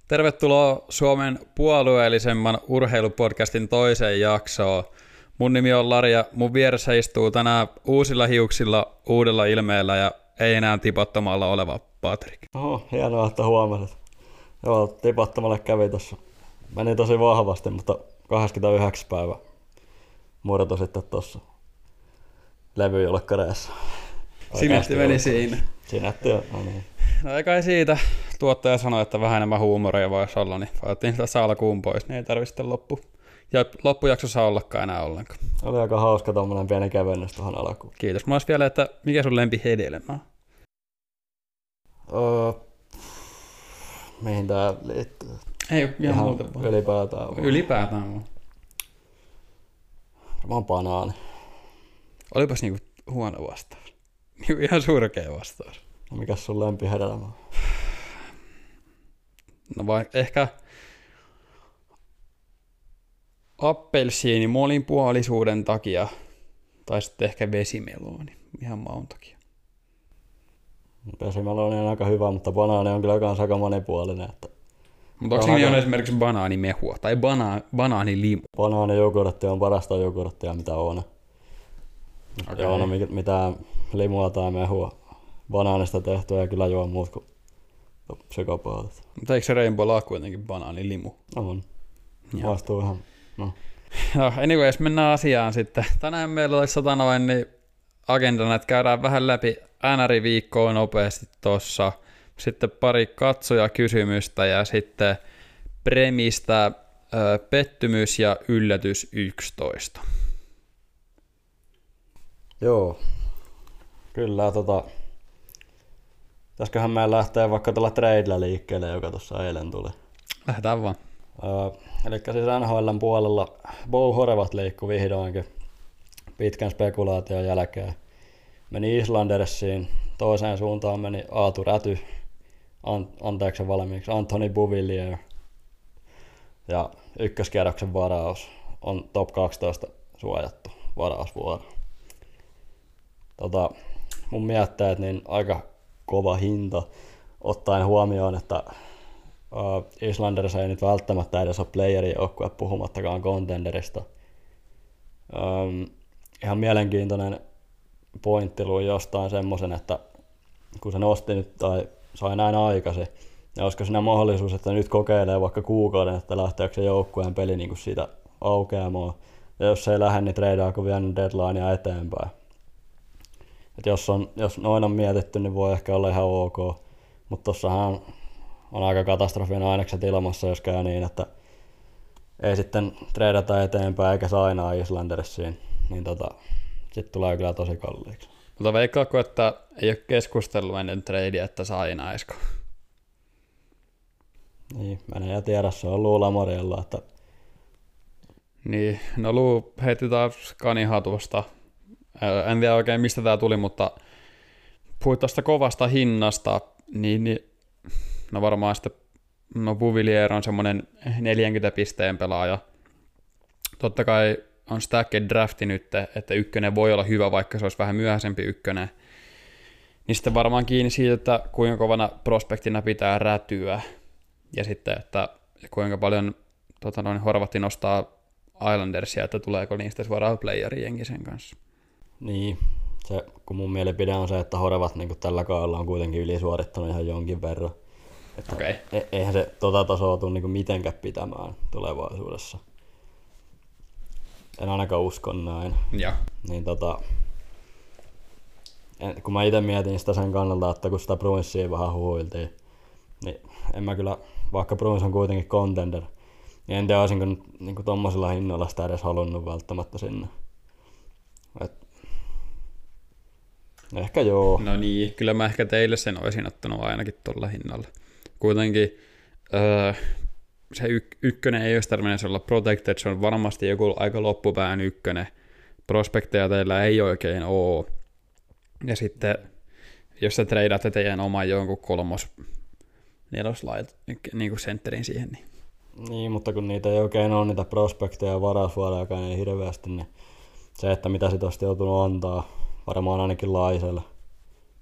Tervetuloa Suomen puolueellisemman urheilupodcastin toiseen jaksoon. Mun nimi on Lari ja mun vieressä istuu tänään uusilla hiuksilla, uudella ilmeellä ja ei enää tipottomalla oleva Patrik. Oho, hienoa, että huomasit. Joo, tipottomalle kävi tossa. Meni tosi vahvasti, mutta 29 päivä murto sitten tossa levyjulkkareessa. Sinetti meni siinä. Sinetti on, no niin. No ei kai siitä. Tuottaja sanoi, että vähän enemmän huumoria voisi olla, niin otettiin sitä alkuun pois, niin ei tarvitse sitten loppujaksossa ollakaan enää ollenkaan. Oli aika hauska tommonen pieni kevennys tuohon alkuun. Kiitos. Mä olisin vielä, että mikä sun lempihedelmä on? Mihin tää liittyy? Ei ihan muuten vaan. Ylipäätään. Ylipäätään vaan. Varmaan banaani. Olipas niinku huono vastaus. Niinku ihan surkea vastaus. No mikäs sun lempihedelmä on? No ehkä appelsiini molinpuolisuuden takia, tai sitten ehkä vesimelooni ihan maun takia. Vesimelooni on aika hyvä, mutta banaani on kyllä kans aika monipuolinen. Mutta onko siinä esimerkiksi banaanimehua tai banaanilimu? Banaanijogurtti on parasta jogurttia, mitä on. Okay. Joo, no mitään limua tai mehua banaanista tehtyä ja kyllä juo muut kuin psykopaatit. Mutta eikö se Rainbow Law kuitenkin banaanilimu? On. Vastuu ihan. No, anyways, mennään asiaan sitten. Tänään meillä olisi niin agendana, että käydään vähän läpi NR-viikkoa nopeasti tossa. Sitten pari katsojakysymystä ja sitten Premistä pettymys ja yllätys 11. Joo. Kyllä, pitäisiköhän meidän lähteä vaikka tuolla tradeillä liikkeelle, joka tuossa eilen tuli. Lähdetään vaan. Eli siis NHL:n puolella Bo Horvat liikkui vihdoinkin pitkän spekulaation jälkeen. Meni Islandersiin, toiseen suuntaan meni Aatu Räty, anteeksi valmiiksi, Anthony Beauvillier. Ja ykköskierroksen varaus on top 12 suojattu varausvuoro. Mun mietteet niin aika kova hinta, ottaen huomioon, että Islanders ei nyt välttämättä edes ole playerin joukkue puhumattakaan contenderista. Ihan mielenkiintoinen pointti luin jostain semmoisen, että kun se nosti nyt tai sai näin aikaisin, niin olisiko siinä mahdollisuus, että nyt kokeilee vaikka kuukauden, että lähteekö se joukkueen peli niin kuin siitä aukeamaan. Ja jos se ei lähde, niin treidaako vielä deadlinea eteenpäin. Et jos noin on mietitty, niin voi ehkä olla ihan ok. Mutta tossahan on aika katastrofinen ainekset ilmassa, jos käy niin, että ei sitten treidata eteenpäin eikä sainaa Islandersiin, niin sitten tulee kyllä tosi kalliiksi. Mutta veikkaako, että ei ole keskustellut ennen treidiä, että sainaisko? Niin, mene ja tiedä, se on Lou Lamoriella, että... Niin, no Lou heitti taas kanihatusta. En tiedä oikein mistä tää tuli, mutta puhuit tuosta kovasta hinnasta, niin no varmaan sitten Beauvillier on semmoinen 40 pisteen pelaaja. Totta kai on stacked drafti nyt, että ykkönen voi olla hyvä, vaikka se olisi vähän myöhäisempi ykkönen. Niin sitten varmaan kiinni siitä, että kuinka kovana prospektina pitää rätyä. Ja sitten, että kuinka paljon Horvatti nostaa Islandersia, että tuleeko niistä suoraan playeri jengi sen kanssa. Niin, se, kun mun mielipide on se, että Horvat niin tällä kaudella on kuitenkin ylisuorittanut ihan jonkin verran. Okay. Eihän se tasoa tule niin mitenkään pitämään tulevaisuudessa. En ainakaan usko näin. Ja. Niin kun mä itse mietin sitä sen kannalta, että kun sitä Bruinsia vähän huhuiltiin, niin en mä kyllä, vaikka Bruins on kuitenkin contender, niin en tiedä, olisinko niin tommosilla hinnoilla sitä edes halunnut välttämättä sinne. Ehkä joo. No niin, kyllä mä ehkä teille sen olisin ottanut ainakin tuolla hinnalla. Kuitenkin se ykkönen ei olisi tarvinnut olla protected, se on varmasti joku aika loppupään ykkönen. Prospekteja teillä ei oikein ole. Ja sitten, jos sä treidaatte teidän oman jonkun neloslait niin kuin sentterin siihen. Niin, mutta kun niitä ei oikein ole niitä prospekteja ja varausvuorojakaan ei hirveästi, niin se, että mitä sit olisi joutunut antaa, varmaan ainakin Laiselle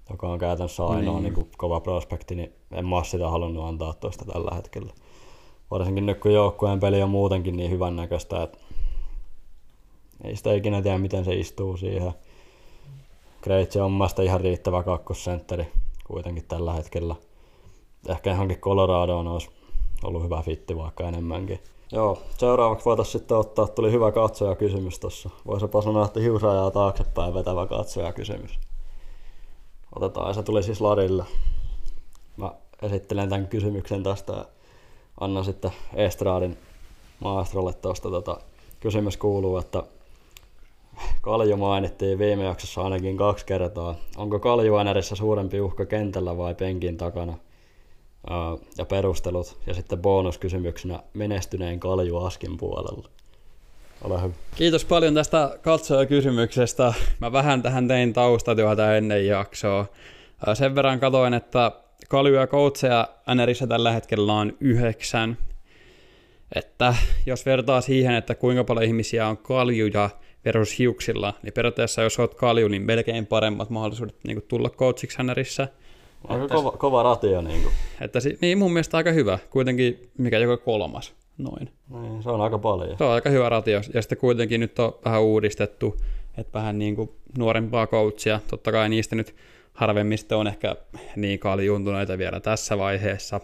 joka on käytännössä ainoa niin kuin kova prospekti, niin en mä ole sitä halunnut antaa tuosta tällä hetkellä. Varsinkin nyt kun joukkueen peli on muutenkin niin hyvän näköistä, että ei sitä ikinä tiedä miten se istuu siihen. Krejci on mielestäni ihan riittävä kakkosentteri kuitenkin tällä hetkellä. Ehkä johonkin Coloradoon olisi ollut hyvä fitti vaikka enemmänkin. Joo, seuraavaksi voitaisiin sitten ottaa, tuli hyvä katsojakysymys tuossa. Voisipa sanoa, että hiusajaa taaksepäin vetävä katsojakysymys. Otetaan, se tuli siis Larille. Mä esittelen tämän kysymyksen tästä ja annan sitten Estradin maestrolle tuosta. Kysymys kuuluu, että Kalju mainittiin viime jaksossa ainakin 2 kertaa. Onko Kalju NRissä suurempi uhka kentällä vai penkin takana? Ja perustelut. Ja sitten bonuskysymyksenä menestyneen Kalju Askin puolella. Ole hyvä. Kiitos paljon tästä katsojakysymyksestä. Mä vähän tähän tein taustatyötä ennen jaksoa. Sen verran katoin, että Kaljuja coacheja NRissä tällä hetkellä on 9. Että jos vertaa siihen, että kuinka paljon ihmisiä on Kaljuja versus hiuksilla, niin periaatteessa jos olet Kalju, niin melkein paremmat mahdollisuudet niin tulla coachiksi NRissä. Aika kova ratio. Niin mun mielestä aika hyvä. Kuitenkin mikä joka 3. Noin. Niin, se on aika paljon. Se on aika hyvä ratio. Ja sitten kuitenkin nyt on vähän uudistettu, että vähän niin kuin nuorempaa coachia. Totta kai niistä nyt harvemmista on ehkä niin kaljuuntuneita vielä tässä vaiheessa.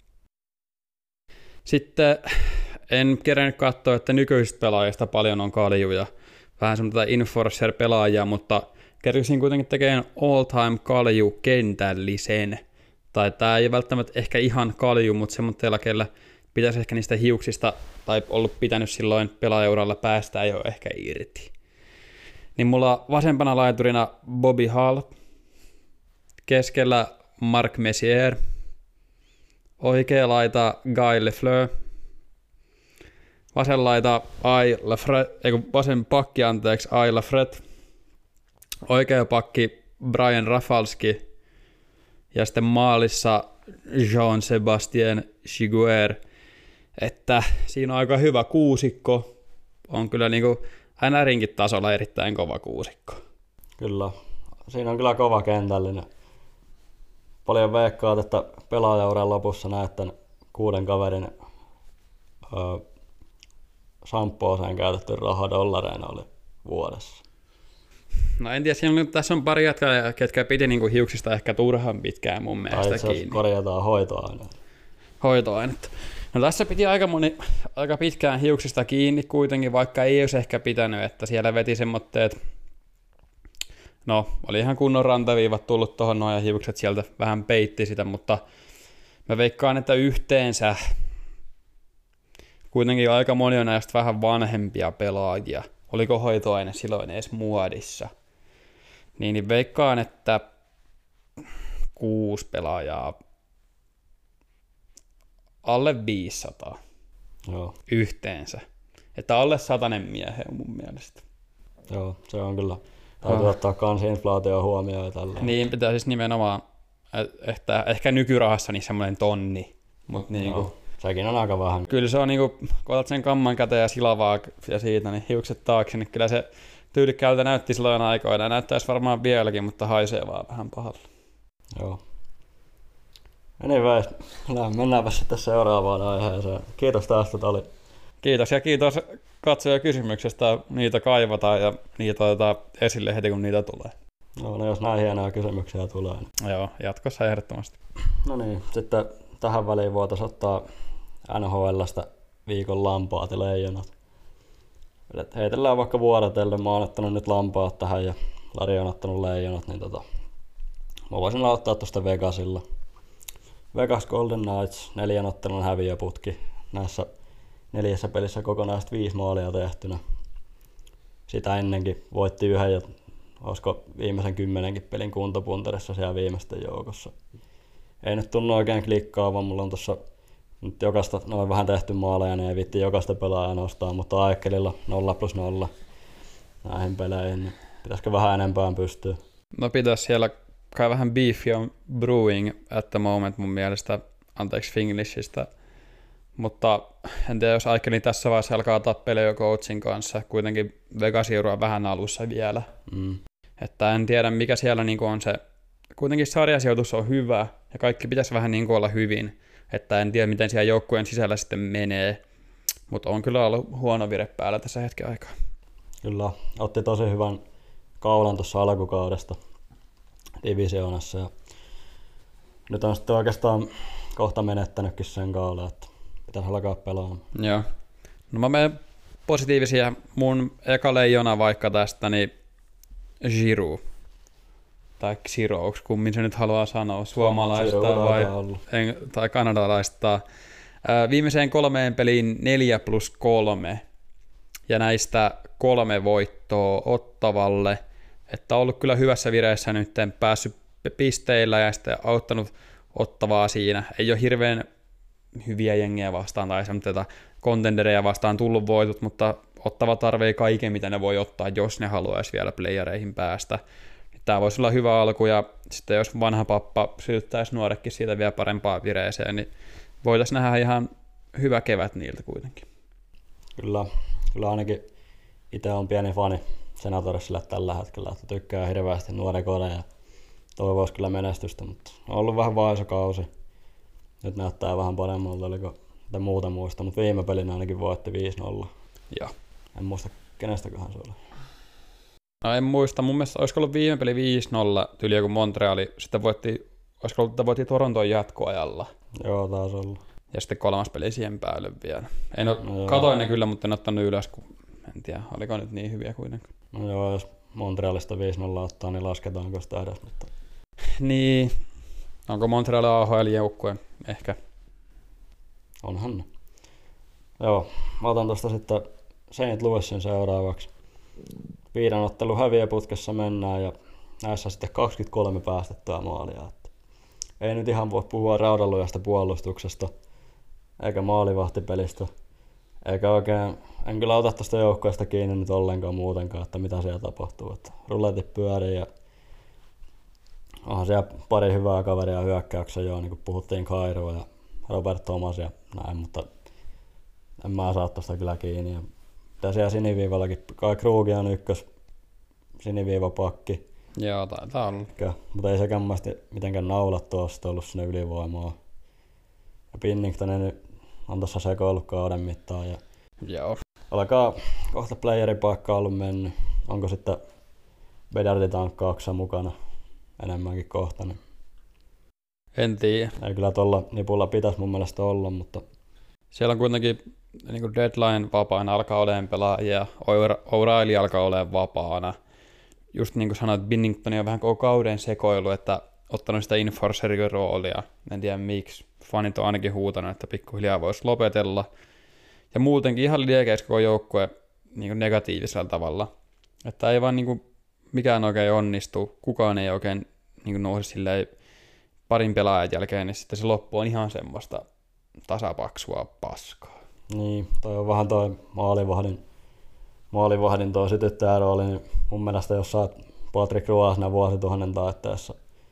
Sitten en kerännyt katsoa, että nykyisistä pelaajista paljon on kaljuja. Vähän semmoista enforcer-pelaajia, mutta kerkisin kuitenkin tekemään all-time kalju kentällisen. Tai tää ei välttämättä ehkä ihan kalju, mutta semmoitteella, kellä pitäisi ehkä niistä hiuksista, tai ollut pitänyt silloin pelaajauralla päästä ei ole ehkä irti. Niin mulla vasempana laiturina Bobby Hall, keskellä Marc Messier, oikea laita Guy Lafleur, vasen pakki Ai Lafret, oikea pakki Brian Rafalski ja sitten maalissa Jean-Sébastien Giguère. Että siinä on aika hyvä kuusikko. On kyllä niinku NRinkin tasolla erittäin kova kuusikko. Kyllä. Siinä on kyllä kova kentällinen. Paljon veikkaat, että pelaajauran lopussa näet tämän 6 kaverin shampooseen käytetty raha dollareina oli vuodessa. No en tiedä, tässä on pari jätkää, ketkä piti niinku hiuksista ehkä turhan pitkään mun mielestä kiinni. Korjataan hoitoainetta. No tässä piti aika pitkään hiuksista kiinni kuitenkin, vaikka ei olisi ehkä pitänyt, että siellä veti semmoitteet, no oli ihan kunnon rantaviivat tullut tuohon noin ja hiukset sieltä vähän peitti sitä, mutta mä veikkaan, että yhteensä kuitenkin aika moni on näistä vähän vanhempia pelaajia. Oliko hoitoaine silloin edes muodissa? Niin veikkaan, että 6 pelaajaa alle 500 Joo. Yhteensä. Että alle 100 miehen on mun mielestä. Joo, se on kyllä. Täytyy ottaa kansi-inflaatio huomioon ja tälleen. Niin, pitää siis nimenomaan, että ehkä nykyrahassa niin semmoinen tonni. Mut niinku, sekin on aika vähän. Kyllä se on niinku, kun otat sen kamman käteen ja silavaa ja siitä, niin hiukset taakse, niin kyllä se tyylikkäältä näytti silloin aikoina. Näyttäisi varmaan vieläkin, mutta haisee vaan vähän pahalle. Joo. Anyways, mennäänpä sitten seuraavaan aiheeseen. Kiitos tästä, Tali. Kiitos ja kiitos katsoja kysymyksestä. Niitä kaivataan ja niitä otetaan esille heti, kun niitä tulee. No jos näin hienoja kysymyksiä tulee. Niin. Joo, jatkossa ehdottomasti. No niin, sitten tähän väliin voitaisiin ottaa NHL:stä viikon lampaat ja leijonat. Heitellään vaikka vuorotellen. Mä oon ottanut nyt lampaat tähän ja Lari on ottanut leijonat, niin mä voisin aloittaa tuosta Vegasilla. Vegas Golden Knights, 4 ottelun häviöputki. Näissä 4 pelissä kokonaiset 5 maalia tehtynä. Sitä ennenkin voitti 1 ja olisiko viimeisen 10 pelin kuntopunterissa siellä viimeisten joukossa. Ei nyt tunnu oikein klikkaavan, mulla on tossa nyt jokaista noin vähän tehty maaleja, niin ei viitti jokaista pelaajaa nostaa, mutta Aikelilla 0+0 näihin peleihin, niin pitäisikö vähän enempään pystyä? No pitäisi siellä kai vähän beefy on brewing at the moment mun mielestä, anteeksi Finglishistä, mutta en tiedä, jos Aikeli tässä vaiheessa alkaa tappelemaan jo coachin kanssa, kuitenkin Vegas on vähän alussa vielä. Että en tiedä, mikä siellä niinku on se kuitenkin sarjasijoitus on hyvä ja kaikki pitäisi vähän niin kuin olla hyvin, että en tiedä miten siellä joukkueen sisällä sitten menee, mutta on kyllä ollut huono vire päällä tässä hetken aikaa. Kyllä, otti tosi hyvän kaulan tuossa alkukaudesta divisioonassa ja nyt on sitten oikeastaan kohta menettänytkin sen kaulan, että pitäisi alkaa pelaamaan. Joo. No mä menen positiivisia. Mun eka leijona vaikka tästä, niin Giroud. Tai Xiro, kummin se nyt haluaa sanoa, suomalaista tai kanadalaista. Viimeiseen 3 peliin 4+3, ja näistä 3 voittoa Ottavalle, että on ollut kyllä hyvässä vireessä nyt, päässyt pisteillä ja sitten auttanut Ottavaa siinä. Ei ole hirveän hyviä jengiä vastaan tai semmoista contendereja vastaan tullut voitot, mutta Ottava tarvii kaiken, mitä ne voi ottaa, jos ne haluaisi vielä playereihin päästä. Tämä voisi olla hyvä alku, ja sitten jos vanha pappa syyttäisi nuorekin siitä vielä parempaan vireeseen, niin voitaisiin nähdä ihan hyvä kevät niiltä kuitenkin. Kyllä ainakin itse on pieni fani Senatorsille tällä hetkellä, että tykkää hirveästi nuoren koneen ja toivoisi kyllä menestystä, mutta on ollut vähän vaisokausi. Nyt näyttää vähän paremmalta, oliko muuta muista, mutta viime pelinä ainakin voitti 5-0. Joo. En muista kenestäköhän se oli. No en muista, mun mielestä olisiko ollut viime peli 5-0 tyyliä kuin Montreali, sitten olisiko ollut, että voitti Toronton jatkoajalla. Joo, taas ollut. Ja sitten 3. peli siihen päälle vielä. Katoin ne kyllä, mutta en ottanut ylös, kun en tiedä, oliko nyt niin hyviä kuitenkaan. No joo, jos Montrealista 5-0 ottaa, niin lasketaanko sitä edes, mutta... Niin, onko Montreal AHL-joukkue? Ehkä. Onhan ne. Joo, mä otan tosta sitten St. Louisin seuraavaksi. 5 ottelun häviöputkessa mennään ja näissä sitten 23 päästettyä maalia. Että ei nyt ihan voi puhua raudanlujasta puolustuksesta eikä maalivahtipelistä. Eikä oikein, en kyllä ota tuosta joukkueesta kiinni nyt ollenkaan muutenkaan, että mitä siellä tapahtuu. Että ruletit pyörii ja onhan siellä pari hyvää kaveria hyökkäyksen jo, niin kuin puhuttiin Kairoa ja Robert Thomas ja näin, mutta en mä saa tosta kyllä kiinni. Ja mitä siellä siniviivallakin, kai Krugi on ykkös siniviivapakki. Joo, taitaa olla. Mutta ei sekään mitenkään naulattu ole ollut sinne ylivoimaa. Ja Binnington on tuossa sekoillut kauden mittaan. Ja joo. Alkaa kohta playeripaikka ollut mennyt. Onko sitten Bedardin tankkauksia mukana enemmänkin kohta? Niin en tiedä. Ei kyllä tuolla nipulla pitäisi mun mielestä olla, mutta... Siellä on kuitenkin niin deadline vapaana alkaa olemaan pelaajia, O'Reilly alkaa olemaan vapaana. Just niin kuin sanoit, Binnington on vähän koko kauden sekoilu, että ottanut sitä enforcerin roolia. En tiedä miksi. Fanit on ainakin huutanut, että pikkuhiljaa voisi lopetella. Ja muutenkin ihan liekeis koko joukkue niin negatiivisella tavalla. Että ei vaan niin kuin mikään oikein onnistu, kukaan ei oikein niin nouse silleen parin pelaajan jälkeen, niin sitten se loppu on ihan semmoista tasapaksua paskaa. Niin, toi on vähän toi maalivahdin toi sytyttäjärooli, niin mun mielestä jos sä oot Patrick Roy siinä vuosituhannen taitteessa,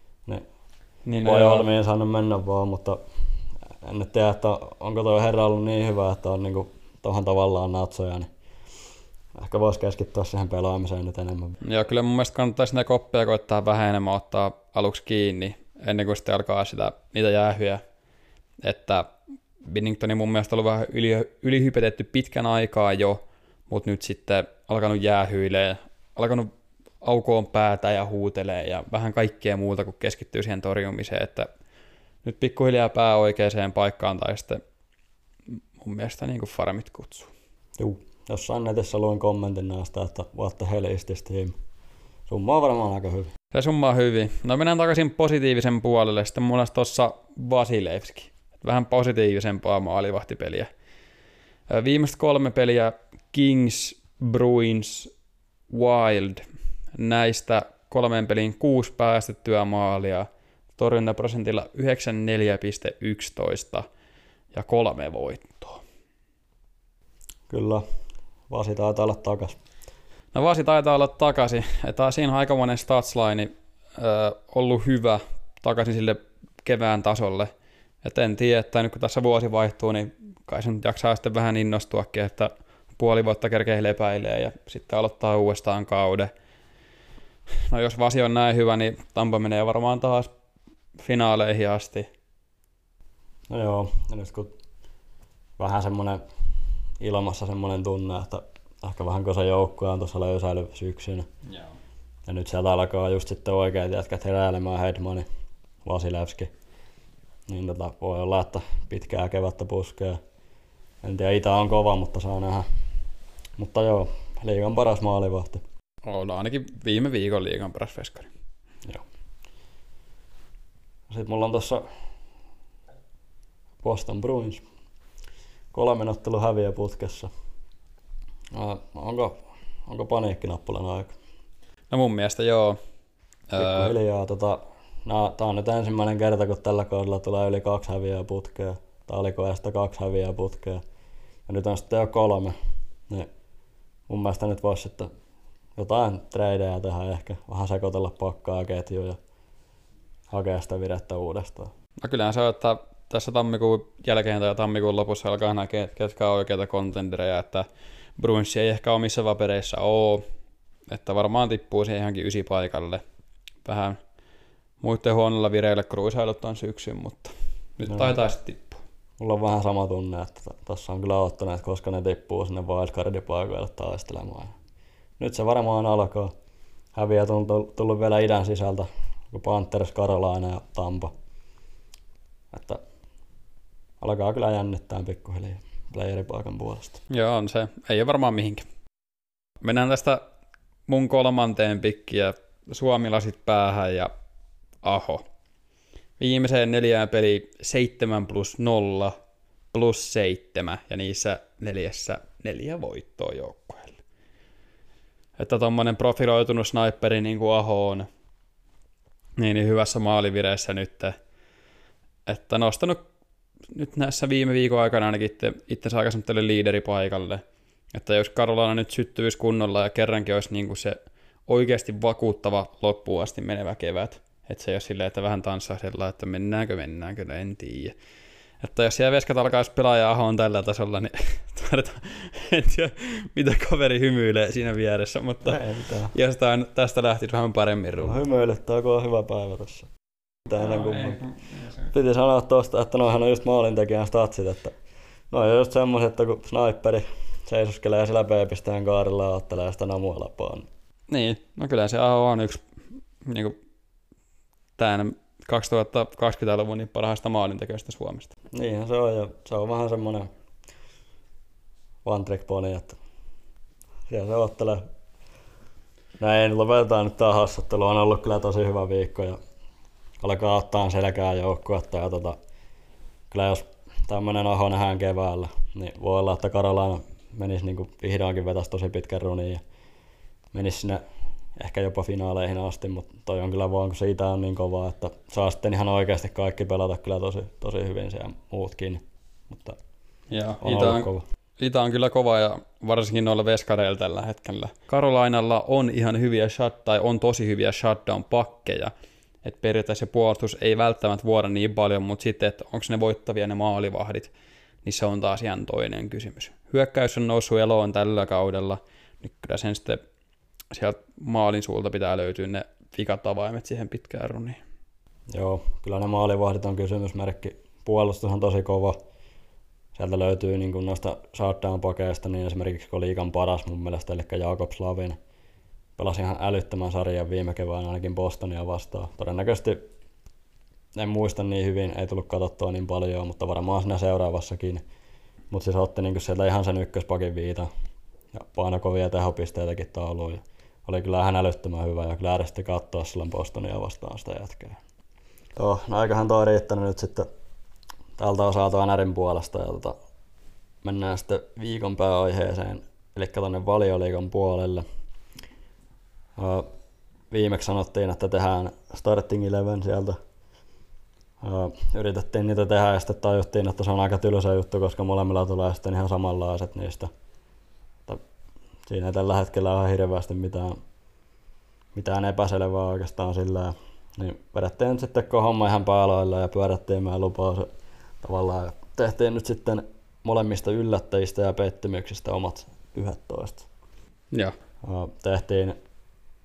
niin voi Holmiin saanut mennä vaan, mutta en nyt tiedä, että onko toi herra ollut niin hyvä, että on niinku tohon tavallaan natsoja, niin ehkä voisi keskittyä siihen pelaamiseen nyt enemmän. Joo, kyllä mun mielestä kannattaa sitä koppia koittaa vähän enemmän ottaa aluksi kiinni, ennen kuin sitten alkaa niitä jäähyjä. Että Binningtoni mun mielestä on ollut vähän ylihypetetty pitkän aikaa jo, mutta nyt sitten alkanut jäähyilee, alkanut aukoon päätä ja huutelee ja vähän kaikkea muuta, kun keskittyy siihen torjumiseen, että nyt pikkuhiljaa pää oikeaan paikkaan tai sitten mun mielestä niin kuin farmit kutsuu. Juu, jossain netissä luin kommentin näistä, että what the hell is this team? Summa on varmaan aika hyvin. Se summa on hyvin. No mennään takaisin positiivisen puolelle. Sitten mulla olisi tuossa Vasilevski. Vähän positiivisempaa maalivahtipeliä. Viimeiset 3 peliä Kings, Bruins, Wild. Näistä 3 peliin 6 päästettyä maalia. Torjuntaprosentilla 94,11 ja 3 voittoa. Kyllä, Vasi taitaa olla takas. No Vasi taitaa olla takaisin. Siinä on aikamoinen statsline ollut hyvä takaisin sille kevään tasolle. Et en tiedä, että nyt kun tässä vuosi vaihtuu, niin kai se nyt jaksaa sitten vähän innostuakin, että puoli vuotta kerkee lepäilee ja sitten aloittaa uudestaan kauden. No jos Vasi on näin hyvä, niin Tampa menee varmaan taas finaaleihin asti. No joo, ja nyt kun vähän semmoinen ilmassa semmoinen tunne, että ehkä vähän kun se joukkue on tuossa löysäily syksynä. Joo. Ja nyt sieltä alkaa just sitten oikeat jätkät heräilemään, Hedmani, Vasilevski. Niin voi olla, että pitkää kevättä puskee. En tiedä, Itä on kova, mutta saa nähdä. Mutta joo, liigan paras maalivahti. On ainakin viime viikon liigan paras veskari. Joo. Sitten mulla on tossa Boston Bruins. 3 ottelun häviö putkessa. Onko paniikkinappulan aika? No mun mielestä joo. Pikkuhiljaa. Tää on nyt ensimmäinen kerta, kun tällä kaudella tulee yli 2 häviöä putkea. Talikoesta 2 häviöä putkea. Ja nyt on sitten jo 3. Niin mun mielestä nyt voisi sitten jotain tradeja tehdä, ehkä vähän sekoitella pakkaa ja ketjua ja hakea sitä virettä uudestaan. No kyllähän se on, että tässä tammikuun jälkeen tai tammikuun lopussa alkaa näkee, ketkä on oikeita contendereja, että Bruins ei ehkä omissa papereissa ole, että varmaan tippuu siihen ihan 9 paikalle. Vähän muiden huonolla vireillä kruisailut on syksyn, mutta nyt taitaa sitten tippua. Mulla on vähän sama tunne, että tossa on kyllä ottaneet, koska ne tippuu sinne wildcard-paikoille taistelemaan. Nyt se varmaan alkaa. Häviöt on tullut vielä idän sisältä, kuin Panthers, Carolina ja Tampa. Että alkaa kyllä jännittää pikkuhiljaa playeripaikan puolesta. Joo, on se. Ei ole varmaan mihinkään. Mennään tästä mun 3. pikkiä. Suomi-lasit päähän ja Aho. Viimeiseen 4 peliin 7+0+7 ja niissä 4 voittoa joukkueelle. Että tommonen profiloitunut sniperi niin kuin Aho on niin hyvässä maalivireessä nyt, että nostanut nyt näissä viime viikon aikana ainakin itsensä aikaisemmin tälle liideripaikalle. Että jos Carolina nyt syttyisi kunnolla ja kerrankin olisi niin kuin se oikeasti vakuuttava loppuun asti menevä kevät. Että se ei ole silleen, että vähän tanssahdella, että mennäänkö, en tiedä. Että jos siellä veskat alkaisi pelaa ja Aho on tällä tasolla, niin en tiedä, mitä kaveri hymyilee siinä vieressä, mutta jostain tästä lähti vähän paremmin ruuhun. No hymyilyttää, kun on hyvä päivä tossa. Piti sanoa tosta, että noihan on just maalintekijän statsit, että no on just semmoset, että kun sniperi seisoskelee siellä B-pisteen kaarilla ja ottelee sitä namua lapaan. Niin, no kyllä se Aho on yksi niinku tämän 2020-luvun niin parhaista maalintekijöistä Suomesta. Niinhän se on, ja se on vähän semmoinen one trick pony, että siellä se ottelee. Näin, lopetetaan nyt tää haastattelu. On ollut kyllä tosi hyvä viikko ja alkaa ottaa selkää joukkuetta. Ja kyllä jos tämmönen Aho nähdään keväällä, niin voi olla, että Carolina menisi niin kuin vihdoinkin vetäisi tosi pitkän runin ja menisi sinne ehkä jopa finaaleihin asti, mutta toi on kyllä vaan, kun se Itä on niin kova, että saa sitten ihan oikeasti kaikki pelata kyllä tosi hyvin siellä muutkin. Mutta joo, Itä on kyllä kova ja varsinkin noilla veskareilla tällä hetkellä. Carolinalla on ihan hyviä on tosi hyviä shutdown-pakkeja. Että periaatteessa puolustus ei välttämättä vuoda niin paljon, mutta sitten, että onko ne voittavia ne maalivahdit, niin se on taas ihan toinen kysymys. Hyökkäys on noussut eloon tällä kaudella, niin kyllä sen sitten sieltä maalin suulta pitää löytyä ne vikat avaimet siihen pitkään runiin. Joo, kyllä ne maalivahdit on kysymysmerkki. Puolustus on tosi kova. Sieltä löytyy niin kuin noista shutdown-pakeista, niin esimerkiksi kun liigan paras mun mielestä, eli Jakob Slavin. Pelasi ihan älyttömän sarjan viime keväänä ainakin Bostonia vastaan. Todennäköisesti en muista niin hyvin, ei tullut katsottua niin paljon, mutta varmaan siinä seuraavassakin. Mutta siis otti niin sieltä ihan sen ykköspakin viitan ja paino kovia tehopisteitäkin tauluun. Oli kyllä ihan älyttömän hyvä ja kyllä äärestä katsoa silloin Bostonia vastaan sitä jätkää. No aikahan toi riittänyt nyt sitten tältä osalta NRin puolesta ja mennään sitten viikon pääaiheeseen, eli tuonne Valioliigan puolelle. Viimeksi sanottiin, että tehdään starting 11 sieltä. Yritettiin niitä tehdä ja sitten tajuttiin, että se on aika tylsä juttu, koska molemmilla tulee sitten ihan samanlaiset niistä. Siinä ei tällä hetkellä ole hirveästi mitään epäselvää oikeastaan sillä. Niin vedettiin nyt sitten homma ihan päälailla ja pyörättiin meidän lupaa se tavallaan. Ja tehtiin nyt sitten molemmista yllättäjistä ja pettymyksistä omat 11. Joo. Tehtiin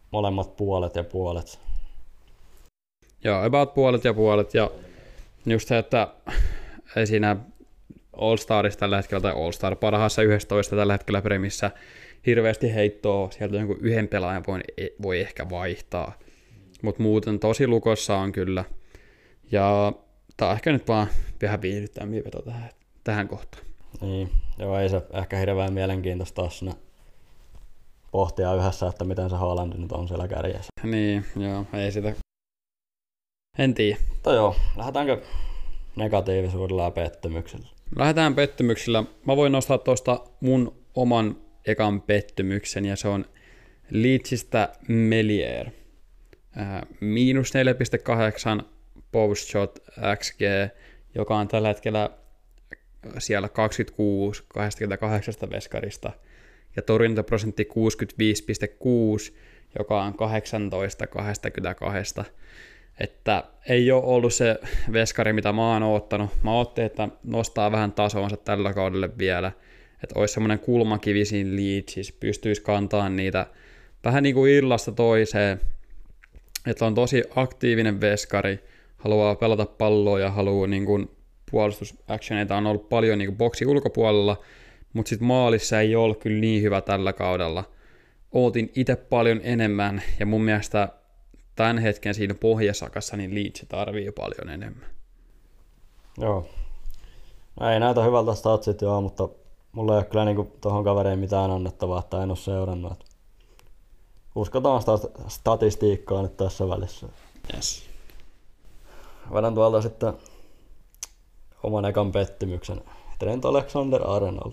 molemmat puolet ja puolet. Joo, about puolet ja puolet. Ja just se, että ei siinä All-Starissa tällä hetkellä, tai All-Star parhaassa 11 tällä hetkellä Premissä, hirveästi heittoa. Sieltä jonkun yhden pelaajan voi ehkä vaihtaa. Mutta muuten tosi lukossa on kyllä. Ja tää on ehkä nyt vaan vähän viihdyttämmin veto tähän kohtaan. Niin, joo, ei se ehkä hirveän mielenkiintoista taas sinne pohtia yhdessä, että miten se Haaland nyt on siellä kärjessä. Niin, joo, ei sitä. En tiedä. Mutta joo, lähdetäänkö negatiivisuudella ja pettymyksellä? Lähdetään pettymyksillä. Mä voin nostaa tuosta mun oman ekan pettymyksen, ja se on Leedsistä Melier. Miinus 4,8 post shot XG, joka on tällä hetkellä siellä 26 28 veskarista, ja torjuntaprosentti 65,6, joka on 18 22. Että ei ole ollut se veskari, mitä mä oon oottanut. Mä oottin, että nostaa vähän tasoansa tällä kaudelle vielä, että olisi semmoinen kulmakivi siinä Leedsissä, pystyisi kantamaan niitä vähän niin kuin illasta toiseen, että on tosi aktiivinen veskari, haluaa pelata palloa ja haluaa niin kuin puolustusactioneita on ollut paljon niin kuin boksi ulkopuolella, mutta sitten maalissa ei ole kyllä niin hyvä tällä kaudella. Ootin itse paljon enemmän, ja mun mielestä tämän hetken siinä pohjasakassa niin Leeds tarvii paljon enemmän. Joo. No ei näytä hyvältä statsit joo, mutta mulla ei ole kyllä niinku tohon kaveriin mitään annettavaa, että en ole seurannut. Uskotaan sitä statistiikkaa nyt tässä välissä. Yes. Vedän tuolta sitten oman ekan pettymyksen. Trent Alexander-Arnold.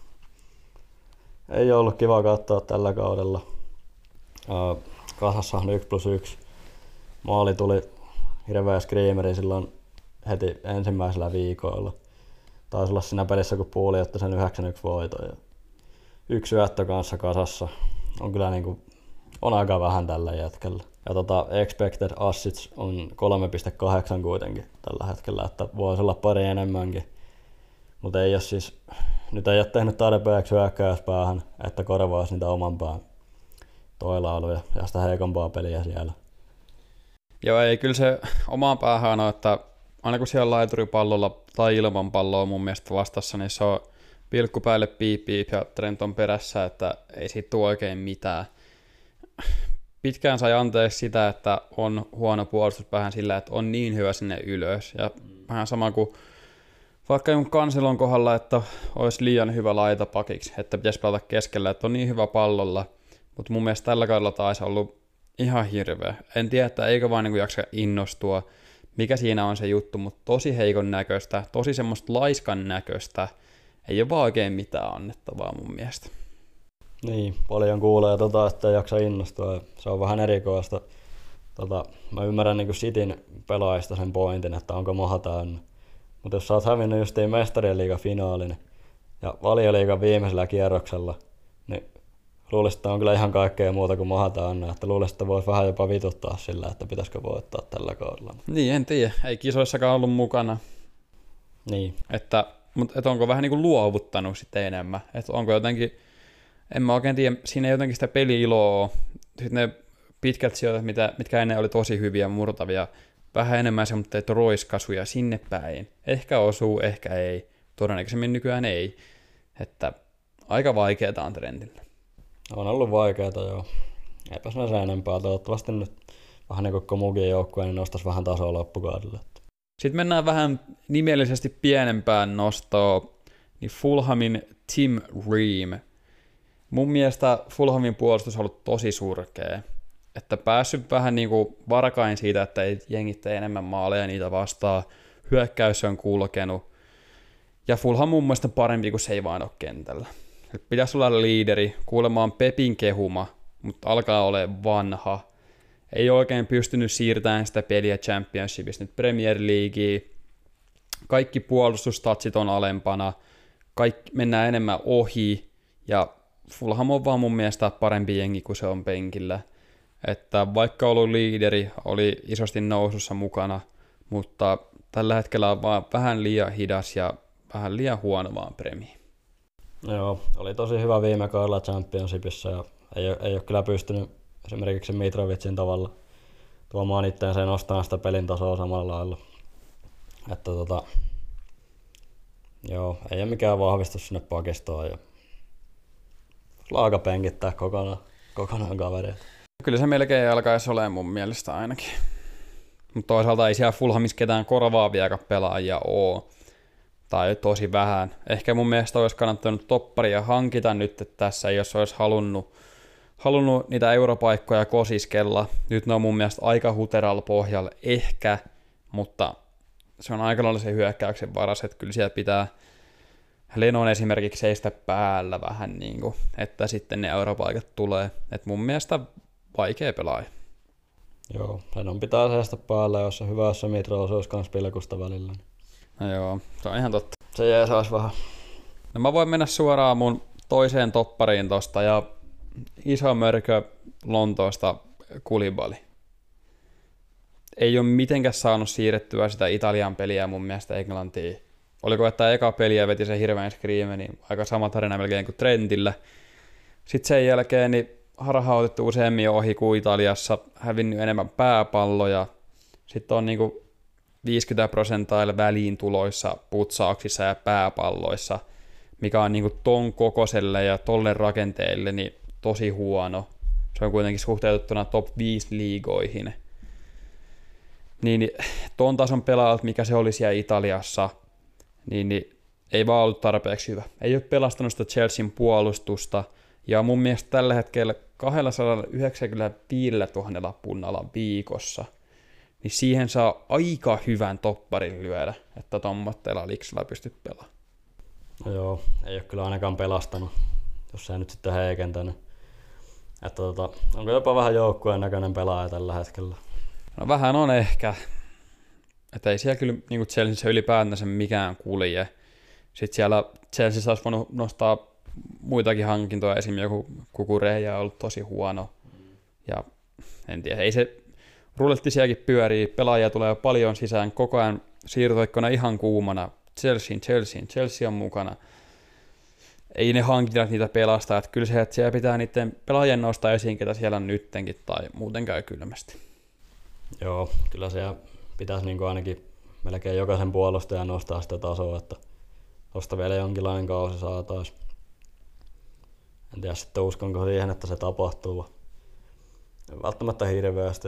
Ei ollut kiva katsoa tällä kaudella. Kasassa on 1+1. Maali tuli hirveä screameri silloin heti ensimmäisellä viikolla. Taisi olla siinä pelissä, kun Puuli otti sen 9-1 voiton. Ja yksi syöttö kanssa kasassa. On kyllä niinku, on aika vähän tällä jätkällä. Ja expected assists on 3,8 kuitenkin tällä hetkellä, että voisi olla pari enemmänkin. Mutta ei ole siis, nyt ei ole tehnyt tarpeeksi hyökkäyspäähän, että korvaisi niitä oman pään toilailuja ja sitä heikompaa peliä siellä. Joo, ei kyllä se omaan päähän on, että aina kun siellä laituripallolla tai ilman palloa mun mielestä vastassa, niin se on pilkku päälle piip ja Trent on perässä, että ei siitä tule oikein mitään. Pitkään sai anteeksi sitä, että on huono puolustus vähän sillä, että on niin hyvä sinne ylös. Ja vähän sama kuin vaikka jonkun Kansilon kohdalla, että olisi liian hyvä laitapakiksi, että pitäisi pelata keskellä, että on niin hyvä pallolla. Mutta mun mielestä tällä kaudella taas ollut ihan hirveä. En tiedä, että eikö vaan niin jaksa innostua, mikä siinä on se juttu, mutta tosi heikon näköistä, tosi semmoista laiskan näköistä. Ei ole vaan oikein mitään annettavaa mun mielestä. Niin, paljon kuulee että ei jaksa innostua. Se on vähän erikoista. Mä ymmärrän niin Cityn pelaajista sen pointin, että onko maha täynnä. Mutta jos sä oot hävinnyt justiin Mestarien liigan finaalin ja Valioliigan viimeisellä kierroksella, niin luulisin, että on kyllä ihan kaikkea muuta kuin maha täynnä. Että luulisin, että voisi vähän jopa vituttaa sillä, että pitäisikö voittaa tällä kaudella. Niin, en tiedä. Ei kisoissakaan ollut mukana. Niin. Mutta onko vähän niin kuin luovuttanut sitten enemmän? Että onko jotenkin, en mä oikein tiedä, siinä ei jotenkin sitä peli-iloa. Sitten ne pitkät sijoitat, mitkä ennen oli tosi hyviä, murtavia, vähän enemmän semmoitteita roiskasuja sinne päin. Ehkä osuu, ehkä ei. Todennäköisemmin nykyään ei. Että aika vaikeaa on Trentillä. On ollut vaikeaa, joo. Eipä sinä se enempää. Toivottavasti nyt vähän niin kuin koko muukin joukkue, niin nostaisi vähän tasoa loppukaudelle. Sitten mennään vähän nimellisesti pienempään nostoon, niin Fulhamin Tim Ream. Mun mielestä Fulhamin puolustus on ollut tosi surkea. Että päässyt vähän niin kuin varkain siitä, että ei jengit tee enemmän maaleja niitä vastaan. Hyökkäys on kulkenut. Ja Fulham mun mielestä parempi kuin se ei vaan ole kentällä. Pitäisi olla liideri, kuulemaan Pepin kehuma, mutta alkaa olemaan vanha. Ei oikein pystynyt siirtämään sitä peliä Championshipista nyt Premier Leagueen. Kaikki puolustustatsit on alempana, mennään enemmän ohi, ja Fulham on vaan mun mielestä parempi jengi kuin se on penkillä. Että vaikka ollut liideri, oli isosti nousussa mukana, mutta tällä hetkellä on vaan vähän liian hidas ja vähän liian huono vaan Premiin. Joo, oli tosi hyvä viime kaudella Championshipissa ja ei ole kyllä pystynyt esimerkiksi se Mitrovicin tavalla tuomaan itseensä nostaa sitä pelin tasoa samalla lailla. Että joo, ei ole mikään vahvistus sinne pakistoon ja laaka penkittää kokonaan kavereita. Kyllä se melkein alkaisi olemaan mun mielestä ainakin. Mutta toisaalta ei siellä Fulhamissa ketään korvaavia pelaajia ole. Tai tosi vähän. Ehkä mun mielestä olisi kannattanut topparia hankita nyt että tässä, jos olisi halunnut niitä europaikkoja kosiskella. Nyt ne on mun mielestä aika huteralla pohjalla ehkä, mutta se on aika lailla se hyökkäyksen varas, että kyllä siellä pitää Lenon esimerkiksi seistä päällä vähän niin kuin, että sitten ne europaikat tulee. Että mun mielestä vaikea pelaaja. Joo, Lenon pitää seistä päällä, jos se hyvä, jos se Mitro olisi kans pilkusta välillä. No joo, se on ihan totta. Se jäi saas vähän. No mä voin mennä suoraan mun toiseen toppariin tosta ja iso mörkö Lontoosta Koulibaly. Ei ole mitenkään saanut siirrettyä sitä Italian peliä mun mielestä Englantiin. Oliko, että eka peliä veti se hirveän skriime, niin aika sama tarina melkein kuin Trentillä. Sitten sen jälkeen niin harhautettu useammin ohi kuin Italiassa, hävinnyt enemmän pääpalloja. Sitten on niinku 50% väliin tuloissa, putsauksissa ja pääpalloissa, mikä on niinku ton kokoiselle ja tolle rakenteelle niin tosi huono. Se on kuitenkin suhteutettuna top 5 liigoihin. Niin ton tason pelaajat, mikä se oli siellä Italiassa, niin ei vaan ollut tarpeeksi hyvä. Ei ole pelastanut sitä Chelsean puolustusta, ja mun mielestä tällä hetkellä 295 000 punnalla viikossa, niin siihen saa aika hyvän topparin lyödä, että tommoitteella liksellä pystyt pelaamaan. No joo, ei ole kyllä ainakaan pelastanut, jos se nyt sitten heikentänyt. Että onko jopa vähän joukkueen näköinen pelaaja tällä hetkellä? No vähän on ehkä. Että ei siellä kyllä niin Chelseassa ylipäätänsä mikään kulje. Sitten siellä Chelseassa olisi voinut nostaa muitakin hankintoja, esimerkiksi joku Kukureja on ollut tosi huono. Ja en tiedä, ei se ruletti sielläkin pyörii, pelaajia tulee paljon sisään, koko ajan siirtoikkona ihan kuumana. Chelsea on mukana. Ei ne hankinnat niitä pelastaa, että kyllä se, että siellä pitää niiden pelaajien nostaa esiin, ketä siellä on nyttenkin, tai muuten käy kylmästi. Joo, kyllä siellä pitäisi niin kuin ainakin melkein jokaisen puolustajan nostaa sitä tasoa, että tuosta vielä jonkinlainen kausi saataisiin. En tiedä sitten uskonko siihen, että se tapahtuu. Välttämättä hirveästi.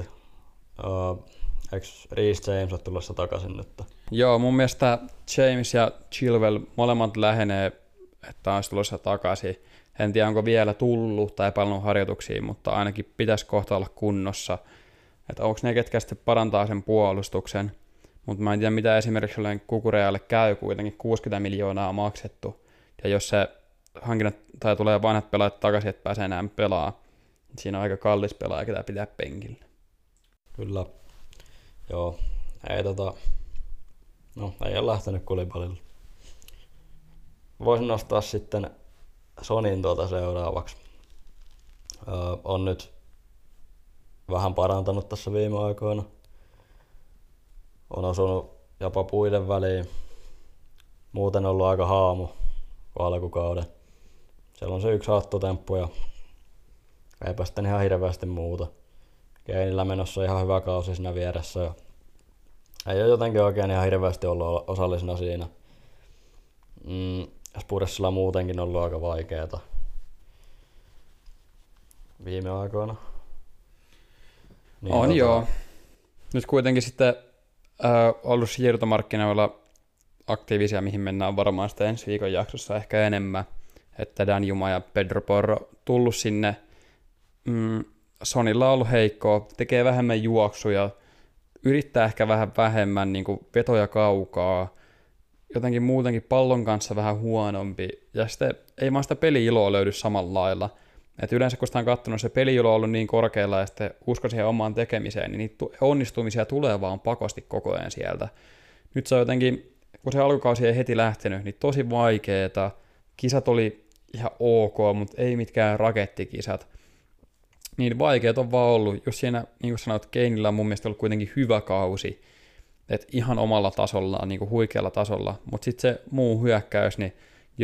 Eikö Reece James ole tulossa takaisin nyt? Joo, mun mielestä James ja Chilwell molemmat lähenee, että olisi tulossa takaisin. En tiedä, onko vielä tullut tai palannut harjoituksiin, mutta ainakin pitäisi kohta olla kunnossa. Että onko ne, ketkä sitten parantaa sen puolustuksen. Mutta mä en tiedä, mitä esimerkiksi Kukurealle käy, kuitenkin 60 miljoonaa maksettu. Ja jos se hankinnat tai tulee vanhat pelaajat takaisin, että pääsee enää pelaa, niin siinä on aika kallis pelaaja, ketä pitää penkillä. Kyllä. Joo. Ei ei ole lähtenyt Koulibalylle. Voisin nostaa sitten Sonin seuraavaksi. On nyt vähän parantanut tässä viime aikoina. On osunut jopa puiden väliin. Muuten ollut aika haamu alkukauden. Siellä on se yksi hattutemppu ja eipä sitten ihan hirveästi muuta. Keinillä menossa ihan hyvä kausi siinä vieressä. Ja ei ole jotenkin oikein ihan hirveästi ollut osallisena siinä. Spurssilla muutenkin ollut aika vaikeeta viime aikoina. Niin on joo. Nyt kuitenkin sitten ollut siirtomarkkinoilla aktiivisia, mihin mennään varmaan sitten ensi viikon jaksossa ehkä enemmän. Että Danjuma ja Pedro Porro tullut sinne. Sonilla on ollut heikkoa, tekee vähemmän juoksuja, yrittää ehkä vähän vähemmän niin kuin vetoja kaukaa, jotenkin muutenkin pallon kanssa vähän huonompi, ja sitten ei vaan sitä peli-iloa löydy samalla lailla. Et yleensä kun sitä on katsonut, se peli-ilo on ollut niin korkealla ja sitten usko siihen omaan tekemiseen, niin niitä onnistumisia tulee vaan pakosti koko ajan sieltä. Nyt se on jotenkin, kun se alkukausi ei heti lähtenyt, niin tosi vaikeeta. Kisat oli ihan ok, mutta ei mitkään rakettikisat. Niin vaikeat on vaan ollut, jos siinä, niin kuin sanoit, Keinillä on mun mielestä ollut kuitenkin hyvä kausi, että ihan omalla tasollaan, niin kuin huikealla tasolla, mutta sitten se muu hyökkäys, niin joo,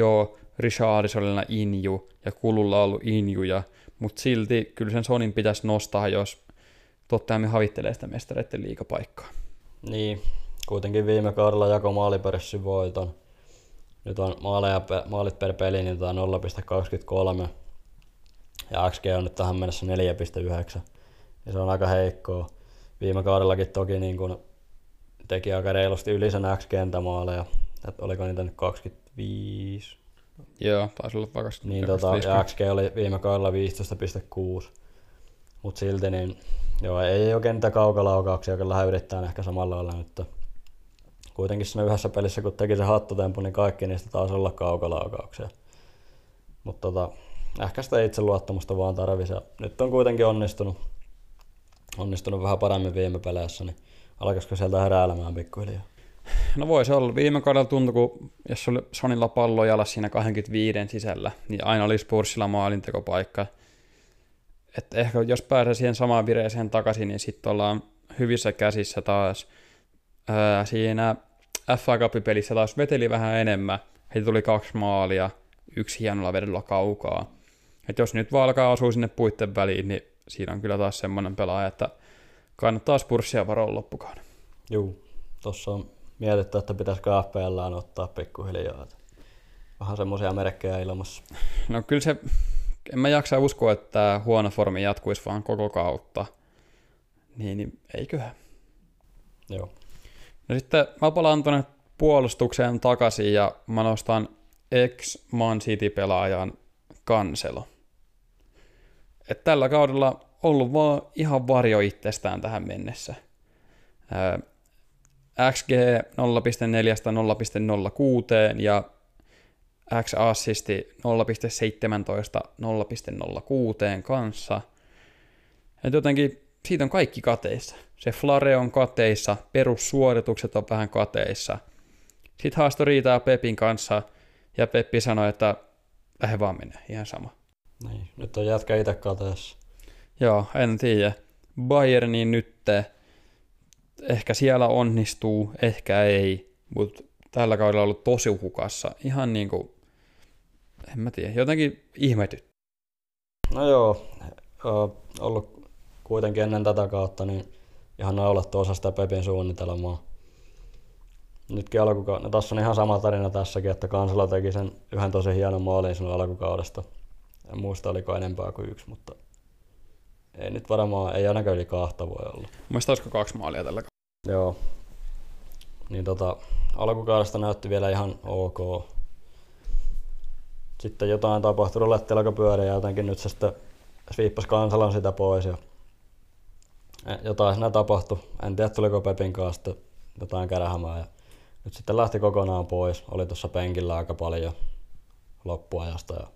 Richarlisonilla inju ja Kululla on ollut injuja, mutta silti kyllä sen Sonin pitäisi nostaa, jos Tottenham havittelee sitä mestareiden liigapaikkaa. Niin, kuitenkin viime kaudella jako maalipörssin voiton. Nyt on maalit per peli, niin 0,23 ja XG on nyt tähän mennessä 4,9. Ja se on aika heikkoa. Viime kaudellakin toki niin kun teki aika reilusti yli sen X-kentämaaleja. Oliko niitä nyt 25? Joo, taisi olla vaikka. Niin ja XG oli viime kaudella 15,6. Mut silti niin, joo, ei oikein niitä kaukalaukauksia, kyllä yrittää ehkä samalla lailla nyt. Kuitenkin siinä yhdessä pelissä, kun teki se hattutempu, niin kaikki niistä taas olla kaukalaukauksia. Mutta ehkä sitä itseluottamusta vaan tarvisi. Nyt on kuitenkin onnistunut vähän paremmin viime peleissä, niin alkaisiko sieltä heräilemään pikkuhiljaa? No voi se olla. Viime kaudella tuntui, kun jos oli Sonilla pallo jalas siinä 25 sisällä, niin aina oli Spursilla maalintekopaikka. Että ehkä jos pääsee siihen samaan vireeseen takaisin, niin sitten ollaan hyvissä käsissä taas. Siinä FA Cup-pelissä taas veteli vähän enemmän. Heitä tuli 2 maalia, 1 hienolla vedellä kaukaa. Et jos nyt vaan alkaa osua sinne puitten väliin, niin siinä on kyllä taas semmoinen pelaaja, että kannattaa Spursia varoa loppukauden. Juu, tuossa on mietitty, että pitäisikö FPL:ään ottaa pikkuhiljaa. Vähän semmoisia merkkejä ilmassa. No kyllä se, en mä jaksa uskoa, että tämä huono formi jatkuisi vaan koko kautta. Niin eiköhän. Joo. No sitten mä palaan tuonne puolustukseen takaisin ja mä nostan ex-Man City-pelaajan Cancelo. Et tällä kaudella ollut vaan ihan varjo itsestään tähän mennessä. XG 0,4-0,06 ja X-assisti 0,17-0,06 kanssa. Et jotenkin siitä on kaikki kateissa. Se flare on kateissa, perussuoritukset on vähän kateissa. Sitten haasto riitaa Pepin kanssa ja Peppi sanoi, että lähde vaan menee, ihan sama. Niin, nyt on jätkä itse kateessa. Joo, en tiedä. Bayerniin nyt ehkä siellä onnistuu, ehkä ei, mutta tällä kaudella on ollut tosi hukassa. Ihan niinku, en mä tiedä, jotenkin ihmetyt. No joo, ollut kuitenkin ennen tätä kautta niin ihan naulattu osa sitä Pepin suunnitelmaa. Nytkin no tässä on ihan sama tarina tässäkin, että Cancelo teki sen yhden tosi hienon maalin sinun alkukaudesta. En muista oliko enempää kuin 1, mutta ei nyt varmaan, ei ainakaan yli 2 voi olla. Mielestäni olisiko 2 maalia tällä kaudella? Joo. Niin alkukaudesta näytti vielä ihan ok. Sitten jotain tapahtui, ruletti alkoi pyöriä ja jotenkin nyt se sitten sviippasi Cancelon sitä pois. Ja jotain siinä tapahtui. En tiedä tuliko Pepin kanssa sitten jotain kärähämää. Ja nyt sitten lähti kokonaan pois. Oli tuossa penkillä aika paljon loppuajasta. Ja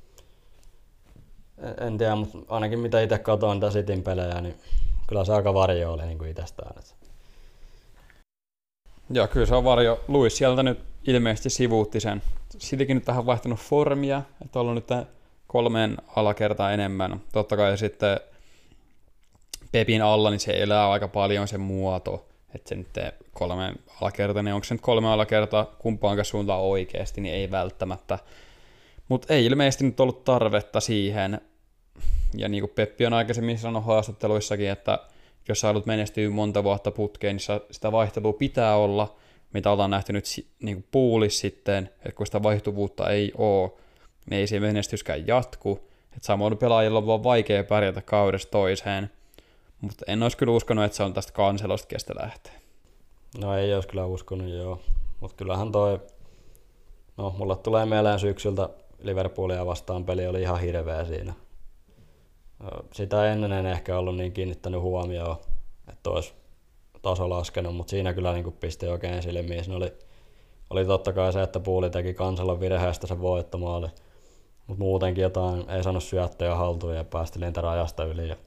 en tiedä, mutta ainakin mitä itse katsoin niitä Cityn pelejä, niin kyllä se aika varjo oli niin kuin itsestään. Joo, kyllä se on varjo. Luis sieltä nyt ilmeisesti sivuutti sen. Citykin nyt vähän vaihtanut formia, että on ollut nyt 3 alakertaa enemmän. Totta kai sitten Pepin alla, niin se elää aika paljon se muoto, että se nyt 3 alakertaa, niin onko se nyt 3 alakertaa kumpaankaan suuntaan oikeasti, niin ei välttämättä. Mutta ei ilmeisesti nyt ollut tarvetta siihen. Ja niin kuin Peppi on aikaisemmin sanonut haastatteluissakin, että jos sä haluat menestyä monta vuotta putkeen, niin sitä vaihtelua pitää olla, mitä ollaan nähty nyt niin kuin Poolissa sitten, että kun sitä vaihtuvuutta ei ole, niin ei se menestyskään jatku. Että samoin pelaajilla on vaan vaikea pärjätä kaudesta toiseen. Mutta en olisi kyllä uskonut, että se on tästä Cancelosta kestä lähteä. No ei olisi kyllä uskonut, joo. Mutta kyllähän mulle tulee mieleen syksyltä Liverpoolia vastaan peli oli ihan hirveä siinä. Sitä ennen en ehkä ollut niin kiinnittänyt huomioon, että olisi taso laskenut, mutta siinä kyllä niin pisti oikein silmiin. Siinä oli totta kai se, että Pooli teki Cancelon virheestä sen voittomaali, mutta muutenkin jotain ei saanut syöttöjä haltuun ja päästi niitä rajasta yli. Ja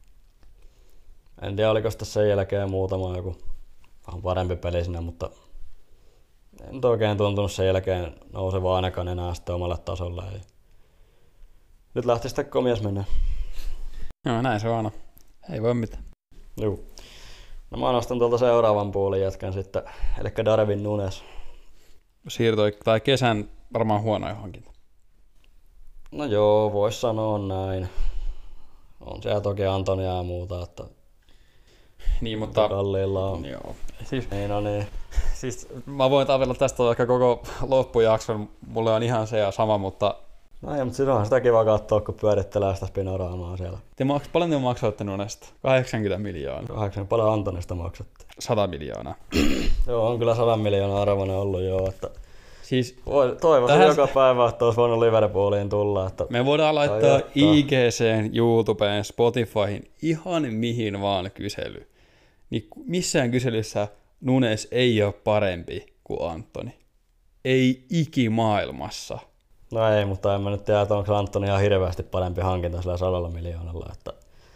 en tiedä, oliko tässä sen jälkeen muutama joku vähän parempi peli siinä, mutta en nyt oikein tuntunut sen jälkeen nousevaa ainakaan enää sitten omalle tasolle. Nyt lähti sitten komies mennä. No näin se on. Ei voi mitään. Joo. No mä nostan tuolta seuraavan puolin jätkän sitten, eli Darwin Núñez. Siirtoi tai kesän varmaan huono hankinta. No joo, vois sanoa näin. On siellä toki Antonia ja muuta, että Niin, mutta kalliilla on. joo. Siis, Niin, no niin. siis mä voin tavella tästä vaikka koko loppujakson, mulle on ihan se ja sama, mutta No ei, mutta siis onhan sitä kiva katsoa, kun pyörittelee sitä spinoraamaa siellä. paljon te maksoitte Nunesta? 80 miljoonaa. 8 paljon Antonista maksettiin. 100 miljoonaa. Joo, on kyllä 100 miljoonaa arvoinen ollut joo, että Siis toivoisin tähän- joka päivä, että olisi voinut Liverpooliin tulla. Että me voidaan laittaa jättää. IGC:n, YouTubeen, Spotifyhin ihan mihin vaan kysely. Niin missään kyselyssä Nunes ei ole parempi kuin Antoni. Ei ikimaailmassa. No ei, mutta en mä nyt tiedä, että onko Antoni ihan hirveästi parempi hankinta sillä 100 miljoonalla. Että,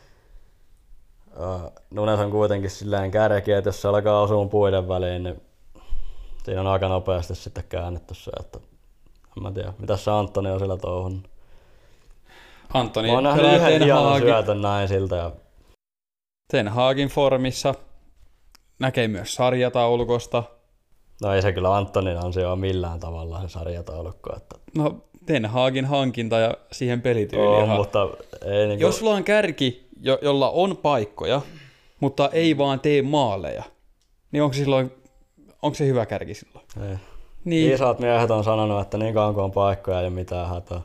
Nunes on kuitenkin silleen kärki, että jos se alkaa osumaan puiden väliin, niin siinä on aika nopeasti sitten käännetty se, että en mä tiedä, mitä se Antoni on sillä touhun. Antoni Mä oon nähnyt pelaa yhden Ten hienon Hagin, syötön näin siltä. Ja Ten Hagin formissa. Näkee myös sarjataulukosta. no ei se kyllä Antonin ansio ole millään tavalla se sarjataulukko. Että No Ten Hagin hankinta ja siihen pelityyli. on, ihan- mutta ei niinku, Jos sulla on kärki, jolla on paikkoja, mutta ei vaan tee maaleja, niin onko se hyvä kärki silloin? ei. Niin, Viisaat miehet on sanonut, että niin kauan kuin on paikkoja ei ole mitään hätää.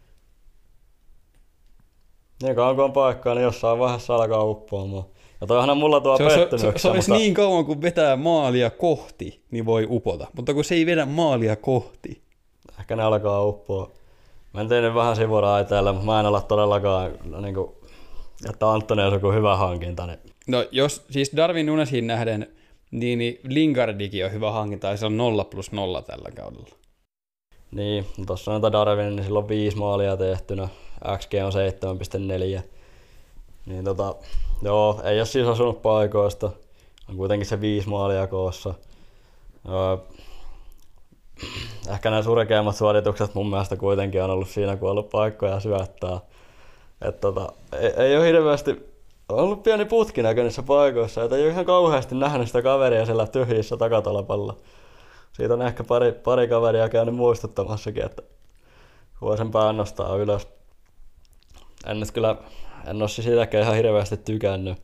Niin kauan kuin on paikkaa, niin jossain vaiheessa alkaa uppoamaan. Ja toihan mulla tuo se pettymyksen, olisi mutta niin kauan kun vetää maalia kohti, niin voi upota. Mutta kun se ei vedä maalia kohti. ehkä ne alkaa uppoa. Mentiin nyt vähän sivuraiteelle, mutta mä en olla todellakaan, niin kuin, että Antoni on joku hyvä hankinta. Niin No jos siis Darwin Nunesiin nähden, niin Lingardikin on hyvä hankinta ja se on 0+0 tällä kaudella. niin, tuossa on Darwin, niin sillä on 5 maalia tehtynä. XG on 7,4. Niin joo, ei ole siis asunut paikoista. On kuitenkin se 5 maalia koossa. Ehkä nämä surkeimmat suoritukset mun mielestä kuitenkin on ollut siinä, kun on ollut paikkoja syöttää. Ei ole hirveästi on ollut pieni putki näköisissä paikoissa, että ei ole ihan kauheasti nähnyt sitä kaveria siellä tyhjissä takatolpalla. Siitä on ehkä pari kaveria käynyt muistuttamassakin, että voisin pään nostaa ylös. En ole siitäkään ihan hirveästi tykännyt.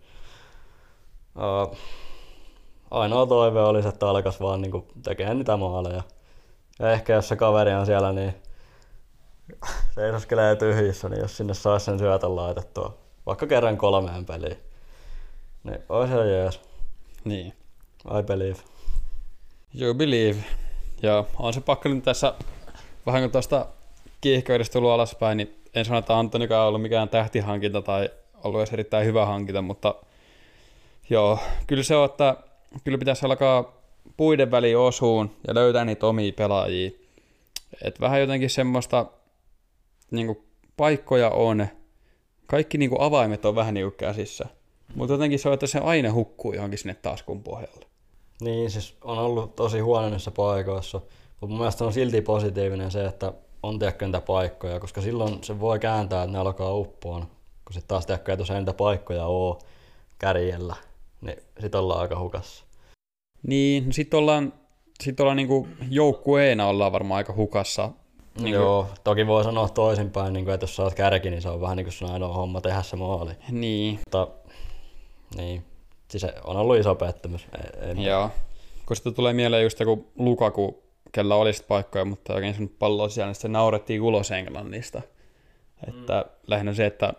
Ainoa toive olisi, että alkaisi vaan niinku tekemään niitä maaleja. Ja ehkä jos se kaveri on siellä, niin seisoskelee tyhjissä, niin jos sinne saisi sen syötön laitettua vaikka kerran 3 peliin, niin olisi se jees. Niin. I believe. You believe. Ja on se pakko nyt tässä, vähän kun tuosta kiihkeydestä tullut alaspäin, niin en sano, että Antonikaan on ollut mikään tähtihankinta tai ollut edes erittäin hyvä hankinta, mutta joo, kyllä se on, että kyllä pitäisi alkaa puiden väliin osuun ja löytää niitä omia pelaajia. Et vähän jotenkin semmoista niinku, paikkoja on, kaikki niinku, avaimet on vähän niinku käsissä, mutta jotenkin se on, että se aina hukkuu johonkin sinne taskun pohjalle. Niin, siis on ollut tosi huono niissä paikoissa, mutta mun mielestä on silti positiivinen se, että on tiedäkö niitä paikkoja, koska silloin se voi kääntää, että ne alkaa uppoon, kun sitten taas tiedäkö, että jos ei niitä paikkoja ole kärjellä, niin sit ollaan aika hukassa. Niin, no sit ollaan niinku joukkueena ollaan varmaan aika hukassa. Niin Joo, toki voi sanoa toisinpäin, niin että jos sä oot kärki, niin se on vähän niin kuin sun ainoa homma tehdä se maali. Niin, Mutta niin, siis on ollut iso pettymys. joo. Kun sitten tulee mieleen just joku Lukaku, kellä oli sit paikkoja, mutta oikein sun palloa sisään, niin se naurettiin ulos Englannista. Että lähinnä se, että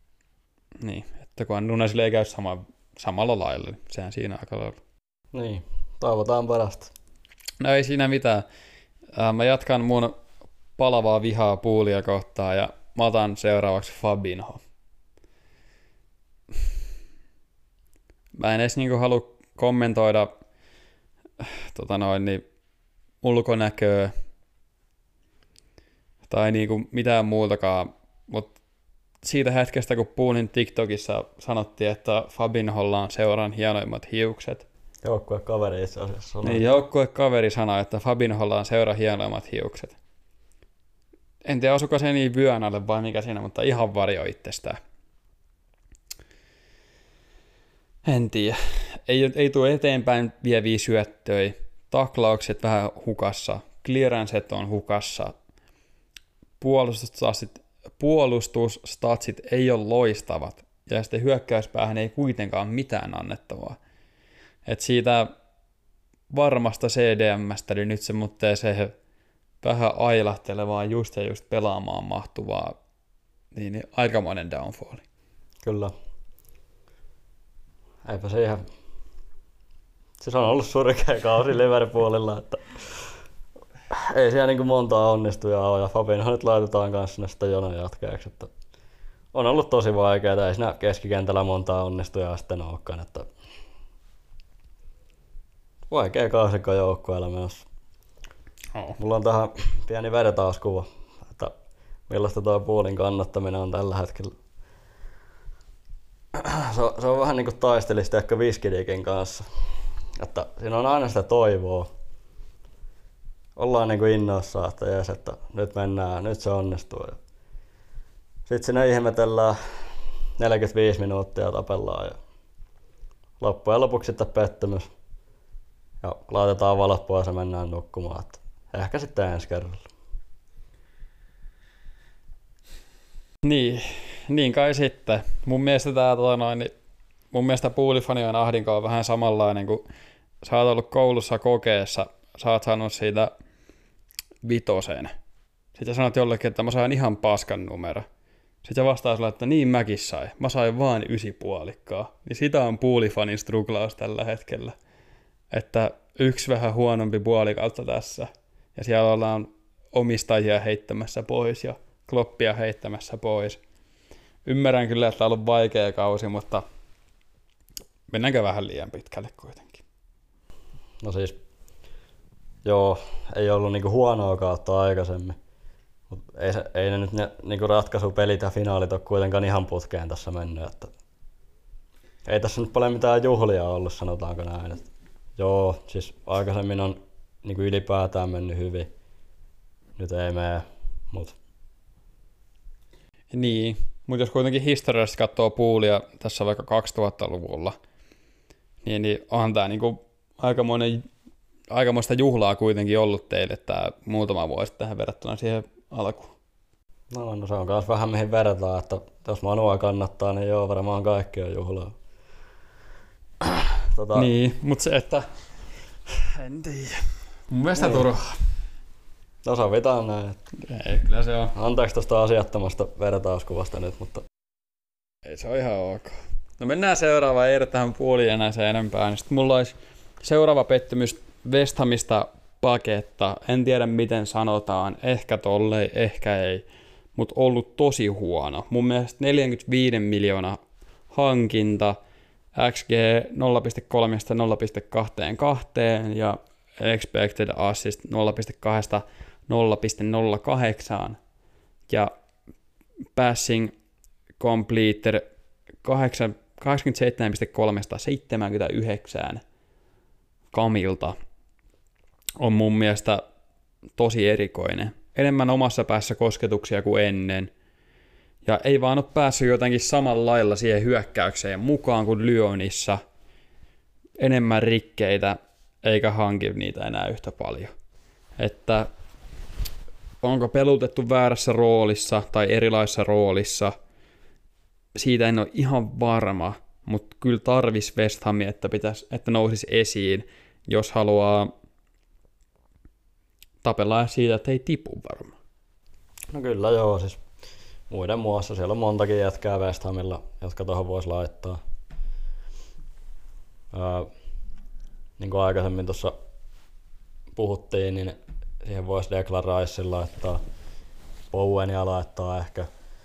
kun Nunesille ei käy samalla lailla, niin sehän siinä aika lailla. Niin, toivotaan parasta. No ei siinä mitään. Mä jatkan mun palavaa vihaa Puulia kohtaan ja mä otan seuraavaksi Fabinho. Mä en edes niinku halua kommentoida ulkonäköä tai niinku mitään muutakaan, mutta siitä hetkestä, kun Puulin TikTokissa sanottiin, että Fabinholla on seuran hienoimmat hiukset, Joukkuekaveri itse asiassa on. niin joukkuekaveri sanoi, että Fabinholla on seuran hienoimmat hiukset. En tiedä, osuko se niin vyön alle vai mikä siinä, mutta ihan varjo itsestään. En tiedä. Ei tule eteenpäin vieviä syöttöjä. Taklaukset vähän hukassa. Clearancet on hukassa. Puolustus taas sit puolustusstatsit ei ole loistavat, ja sitten hyökkäyspäähän ei kuitenkaan mitään annettavaa. Et siitä varmasta CDM:stä, niin nyt se muttee se vähän ailahtelevaa just pelaamaan mahtuvaa, niin aikamoinen downfalli. Kyllä. Eipä se ihan... Se on ollut surkea kausi Liverpoolilla, että ei siellä niin montaa onnistujaa ole, ja Fabinho nyt laitetaan kanssa sinne sitä jonon jatkeeksi, että on ollut tosi vaikeaa, ei siinä keskikentällä montaa onnistujaa sitten olekaan, että vaikea kausikko joukkueella menossa. Mulla on tähän pieni vertauskuva, että millaista tuo Poolin kannattaminen on tällä hetkellä. Se on vähän niin kuin taistelisi ehkä Viskidikin kanssa, että siinä on aina sitä toivoa. Ollaan niin kuin innoissaan, että jes, että nyt mennään, nyt se onnistuu. Sitten siinä ihmetellään 45 minuuttia tapellaan ja loppujen lopuksi sitten pettymys. Ja laitetaan valot pois ja mennään nukkumaan. Että ehkä sitten ensi kerralla. Niin kai sitten. Mun mielestä mun mielestä Poolifanian ahdinko on vähän samanlainen kuin sä oot ollut koulussa kokeessa, sä oot saanut siitä 5. Sitten sanot jollekin, että mä sain ihan paskan numero. Sitten vastaa sulle, että niin mäkin sain. Mä sain vaan 9,5. Niin sitä on Poolifanin struglaus tällä hetkellä. Että yksi vähän huonompi puolikautta tässä. Ja siellä ollaan omistajia heittämässä pois ja Kloppia heittämässä pois. Ymmärrän kyllä, että on ollut vaikea kausi, mutta mennäänkö vähän liian pitkälle kuitenkin? No siis, joo, ei ollut niinku huonoa kautta aikaisemmin. Mut ei ne nyt niinku ratkaisupelit ja finaalit ole kuitenkaan ihan putkeen tässä mennyt. Että ei tässä nyt paljon mitään juhlia ollut, sanotaanko näin. Että joo, siis aikaisemmin on niinku ylipäätään mennyt hyvin. Nyt ei mene, mut niin, mutta jos kuitenkin historiallisesti katsoo Poolia tässä vaikka 2000-luvulla, niin onhan tämä niinku aikamoista juhlaa kuitenkin ollut teille tämä muutama vuosi tähän verrattuna siihen alkuun. No se on myös vähän mihin verrataan, että jos Manua kannattaa, niin joo, varmaan kaikki on juhlaa. Niin, mutta se, että en tiedä. Mun mielestä niin. Turhaa. No sovitaan näin. Ei, kyllä se on. Anteeksi tuosta asiattomasta vertauskuvasta nyt, mutta ei se ole ihan ok. No mennään seuraavaan, ei tähän puoliin enää se enempää. Niin sitten mulla olisi seuraava pettymys West Hamista Paketta. En tiedä miten sanotaan, ehkä tollei, ehkä ei. Mutta ollut tosi huono. Mun mielestä 45 miljoonaa hankinta, XG 0,3-0,22 ja expected assist 0,2-0,08 ja passing completed 87,379 Kamilta on mun mielestä tosi erikoinen. Enemmän omassa päässä kosketuksia kuin ennen. Ja ei vaan ole päässyt jotenkin samalla lailla siihen hyökkäykseen mukaan kuin Lyonissa. Enemmän rikkeitä, eikä hanki niitä enää yhtä paljon. Että onko pelutettu väärässä roolissa tai erilaisessa roolissa, siitä en ole ihan varma, mutta kyllä tarvisi West Hamia, että nousisi esiin, jos haluaa tapella siitä, että ei tipu varmaan. No kyllä joo, siis muiden muassa siellä on montakin jätkää West Hamilla, jotka tuohon voisi laittaa. Niin kuin aikaisemmin tuossa puhuttiin, niin siihen voisi Declan Ricen laittaa, Bowenia laittaa ehkä.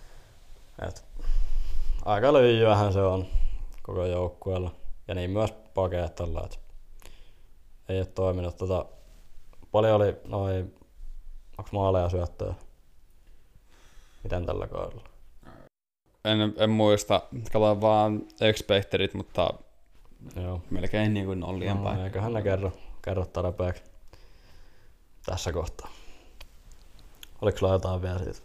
Aika lyijyähän se on koko joukkueella. Ja niin myös Paketalla. Ei ole toiminut. Paljon oli onko maaleja syöttöä? Miten tällä kaudella? En muista. Katsotaan vaan expectedit, mutta joo. Melkein niin kuin nollien päin. Eiköhän ne kerro tarpeeksi tässä kohtaa. Oliko sulla jotain vielä siitä?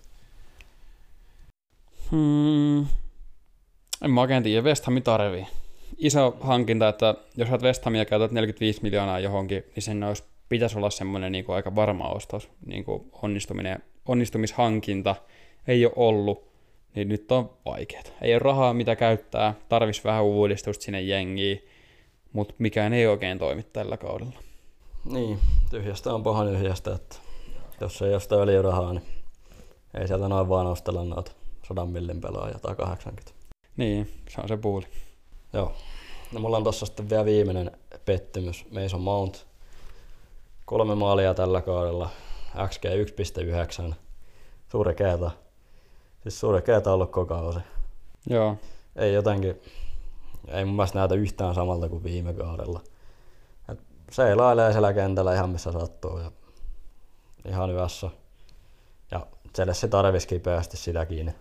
En mä oikein tiedä. West Ham tarvii. Iso hankinta, että jos olet West Hamia käytät 45 miljoonaa johonkin, niin sen pitäisi olla semmoinen niin kuin aika varma ostos, niin kuin onnistumishankinta. ei ole ollut, niin nyt on vaikeaa. Ei ole rahaa mitä käyttää, tarvis vähän uudistusta sinne jengiin, mutta mikään ei oikein toimi tällä kaudella. Niin, tyhjästä on paha tyhjästä, että jos ei ole sitä öljyrahaa, niin ei sieltä noin vaan ostella noita 100 millin pelaajia tai 80. Niin, se on se puuli. Joo. No mulla on tossa sitten vielä viimeinen pettymys, Mason Mount. 3 maalia tällä kaudella, XG 1.9. Surkeeta. Siis surkeeta ollut koko kausi. Joo. Ei mun mielestä näytä yhtään samalta kuin viime kaudella. Et seilailee siellä kentällä ihan missä sattuu ja ihan hyvässä. Ja Chelsea tarvisi kipeästi sitäkin.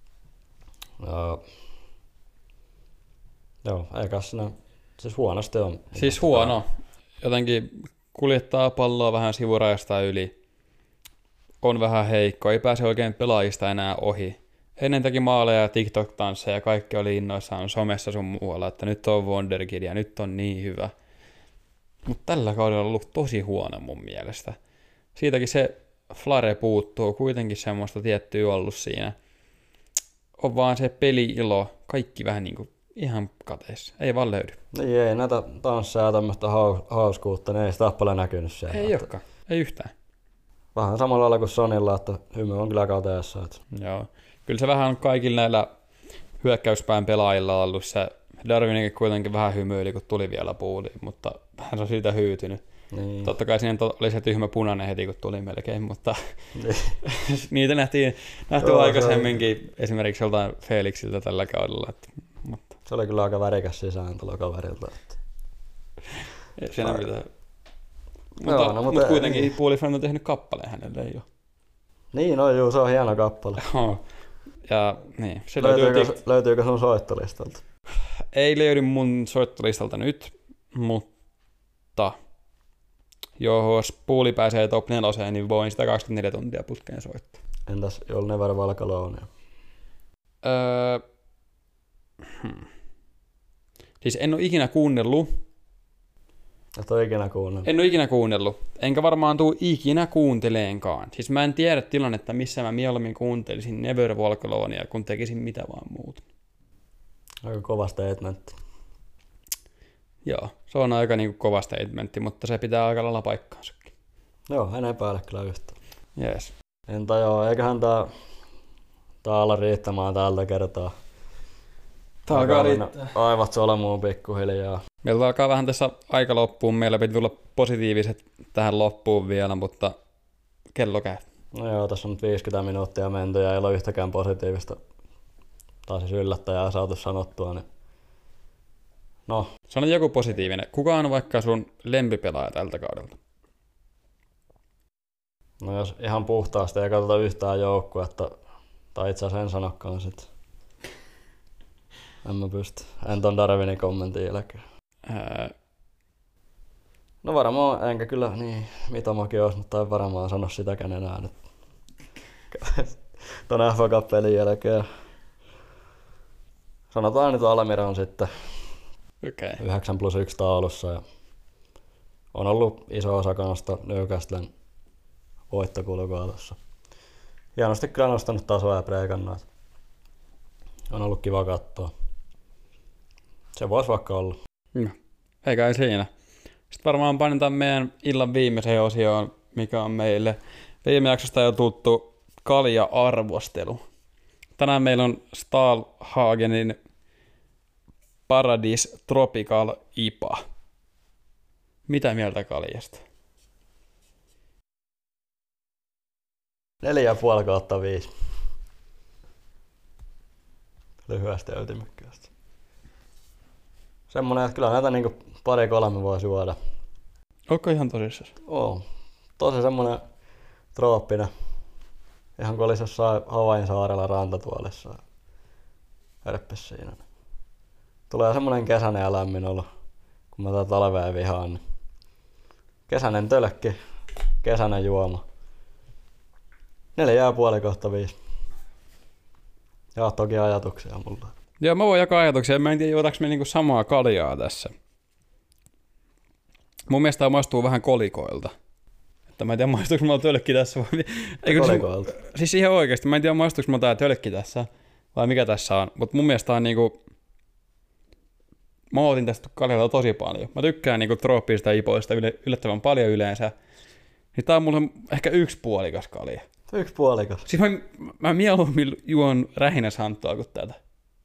Joo, eikä siinä siis huonosti on. Siis huono. Jotenkin kuljettaa palloa vähän sivurajasta yli. On vähän heikko, ei pääse oikein pelaajista enää ohi. Ennen teki maaleja ja TikTok-tansseja ja kaikki oli innoissaan somessa sun muualla, että nyt on Wonderkid ja nyt on niin hyvä. Mutta tällä kaudella on ollut tosi huono mun mielestä. Siitäkin se flare puuttuu, kuitenkin semmoista tiettyä ollut siinä. On vaan se peli-ilo, kaikki vähän niinku ihan kateessa, ei vaan löydy. Niin ei näitä tansseja ja tämmöistä hauskuutta, niin ei sitä ole paljon näkynyt siellä. Ei olekaan, ei yhtään. Vähän samalla lailla kuin Sonilla, että hymy on kyllä kateessa. Että. Joo, kyllä se vähän on kaikilla näillä hyökkäyspään pelaajilla ollut se. Darwinikin kuitenkin vähän hymyili, kun tuli vielä puuliin, mutta hän on siitä hyytynyt. Niin. Totta kai siinä oli se tyhmä punainen heti, kun tuli melkein, mutta niin. Niitä nähty aikaisemminkin esimerkiksi joltain Felixiltä tällä kaudella. Mutta. Se oli kyllä aika värikäs sisääntulo kaverilta. Ei siinä mitään. Mutta kuitenkin Puolifriend on tehnyt kappaleen hänelle jo. Niin, se on hieno kappale. Ja niin, se löytyykö sun soittolistalta? Ei löydy mun soittolistalta nyt, mutta jos Puuli pääsee top 4, niin voin sitä 24 tuntia putkeen soittaa. Entäs You'll Never Walk Alone? Siis en ole ikinä kuunnellut. Et ole ikinä kuunnellut? En ole ikinä kuunnellut. Enkä varmaan tuu ikinä kuunteleenkaan. Siis mä en tiedä tilannetta, missä mä mieluummin kuuntelisin Never Walk Alonea, kun tekisin mitä vaan muuta. Aika kova statementti. Joo, se on aika niinku kova statementti, mutta se pitää aika lailla paikkaansakin. Joo, en epäile kyllä yhtään. Jees. Entä joo, eiköhän tää ala riittämään tältä kertaa. Tää alkaa riittää. Aivat solmuun pikkuhiljaa. Meillä alkaa vähän tässä aika loppuun. Meillä piti tulla positiiviset tähän loppuun vielä, mutta kello käy. No joo, tässä on nyt 50 minuuttia menty ja ei ole yhtäkään positiivista. Tai siis yllättäjää saatu sanottua. Niin. No. Sano joku positiivinen. Kuka on vaikka sun lempipelaaja tältä kaudelta? No jos ihan puhtaasti ei katsota yhtään joukkuetta, tai itse asiassa en sanokaan sit. En mä pysty. En ton Darwinin kommentin jälkeen. No varmaan, enkä kyllä niin Mitomakin olisi, mutta en varmaan sano sitäkään enää nyt. Ton FA Cup-pelin jälkeen. Sanotaan nyt Almiron sitten. Okay. 9+1 taulussa ja on ollut iso osa kanssa Newcastlen voittokulkua tuossa. Hienosti kyllä nostanut tasoa ja preikannut. On ollut kiva katsoa. Se voisi vaikka olla. No, eikä siinä. Sitten varmaan painetaan meidän illan viimeiseen osioon, mikä on meille viime jaksosta jo tuttu kalja-arvostelu. Tänään meillä on Stahlhagenin Paradise Tropical IPA. Mitä mieltä kaljasta? 4,5/5. Lyhyesti ja ytimekkäästi. Semmonen, että kyllä näitä niinku 2-3 voi juoda. Ootko ihan tosissaan? Oo. Tosi semmonen trooppinen. Ihan kuin olisi jossain Havain saarella rantatuolissa. Hörppis siinä. Tulee semmonen kesäinen ja lämmin olo, kun mä tätä talvea vihaan. Niin. Kesäinen tölkki, kesäinen juoma. 4,5/5. Jaa toki ajatuksia mulla. Joo, mä voin jakaa ajatuksia. Mä en tiedä, juotaanko me niinku samaa kaljaa tässä. Mun mielestä tämä maistuu vähän kolikoilta. Että mä en tiedä, maistuuko mulla tölkki tässä vai... Kolikoilta. Siis ihan oikeesti, mä en tiedä, maistuuko mulla tää tölkki tässä vai mikä tässä on. Mutta mun mielestä tää on niinku... Mä ootin tästä kaljalla tosi paljon. Mä tykkään niinku trooppisista ipoista yllättävän paljon yleensä. Niin tää on mulle ehkä 1 puolikas kalja. 1 puolikas. Siis mä mieluummin juon rähinäsanttua kuin tätä.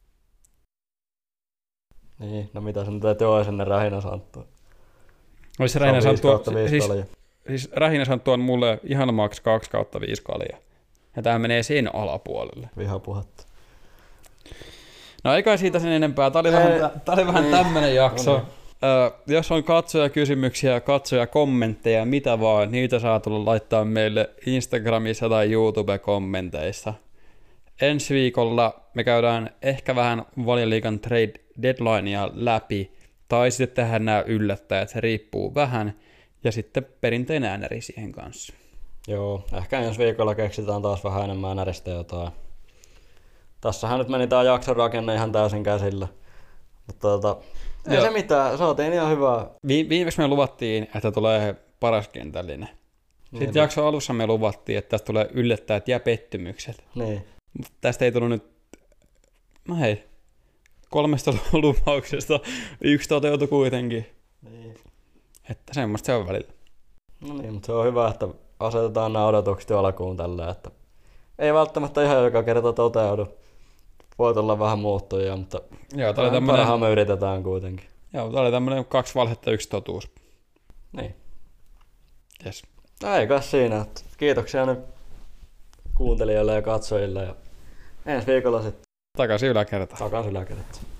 Niin, no mitä sen täytyy olla ennen rähinäsanttua? Siis rähinäsanttu on mulle ihan maks 2/5 kaljaa. Ja tää menee sen alapuolelle. Vihapuhetta. No eikä siitä sen enempää. Tää oli vähän tämmönen jakso. Jos on katsojakysymyksiä, katsojakommentteja, mitä vaan, niitä saa tulla laittaa meille Instagramissa tai YouTube-kommenteissa. Ensi viikolla me käydään ehkä vähän Valioliigan trade deadlinea läpi, tai sitten tehdään nämä yllättäjät, se riippuu vähän, ja sitten perinteinen äänäri siihen kanssa. Joo, ehkä ensi viikolla keksitään taas vähän enemmän äänäristä jotain. Tässähän nyt meni tää jakson rakenne ihan täysin käsillä. Mutta ei se mitään, saatiin ihan hyvää. Viimeksi me luvattiin, että tulee paras kentällinen. Sitten jakson alussa me luvattiin, että tästä tulee yllättäjät ja pettymykset. Niin. Mutta tästä ei tullut nyt, no hei, 3 lupauksesta 1 toteutui kuitenkin. Niin. Että semmoista se on välillä. No niin, mutta se on hyvä, että asetetaan nämä odotukset jo alkuun tällä, että ei välttämättä ihan joka kerta toteudu. Voi olla vähän muuttuja, mutta joo, parhaan me yritetään kuitenkin. Joo, tää oli tämmönen 2 valhetta 1 totuus. Niin. Yes. Eikä siinä. Kiitoksia nyt kuuntelijoille ja katsojille ja ensi viikolla sitten Takaisin yläkertaan. takaisin yläkertaan.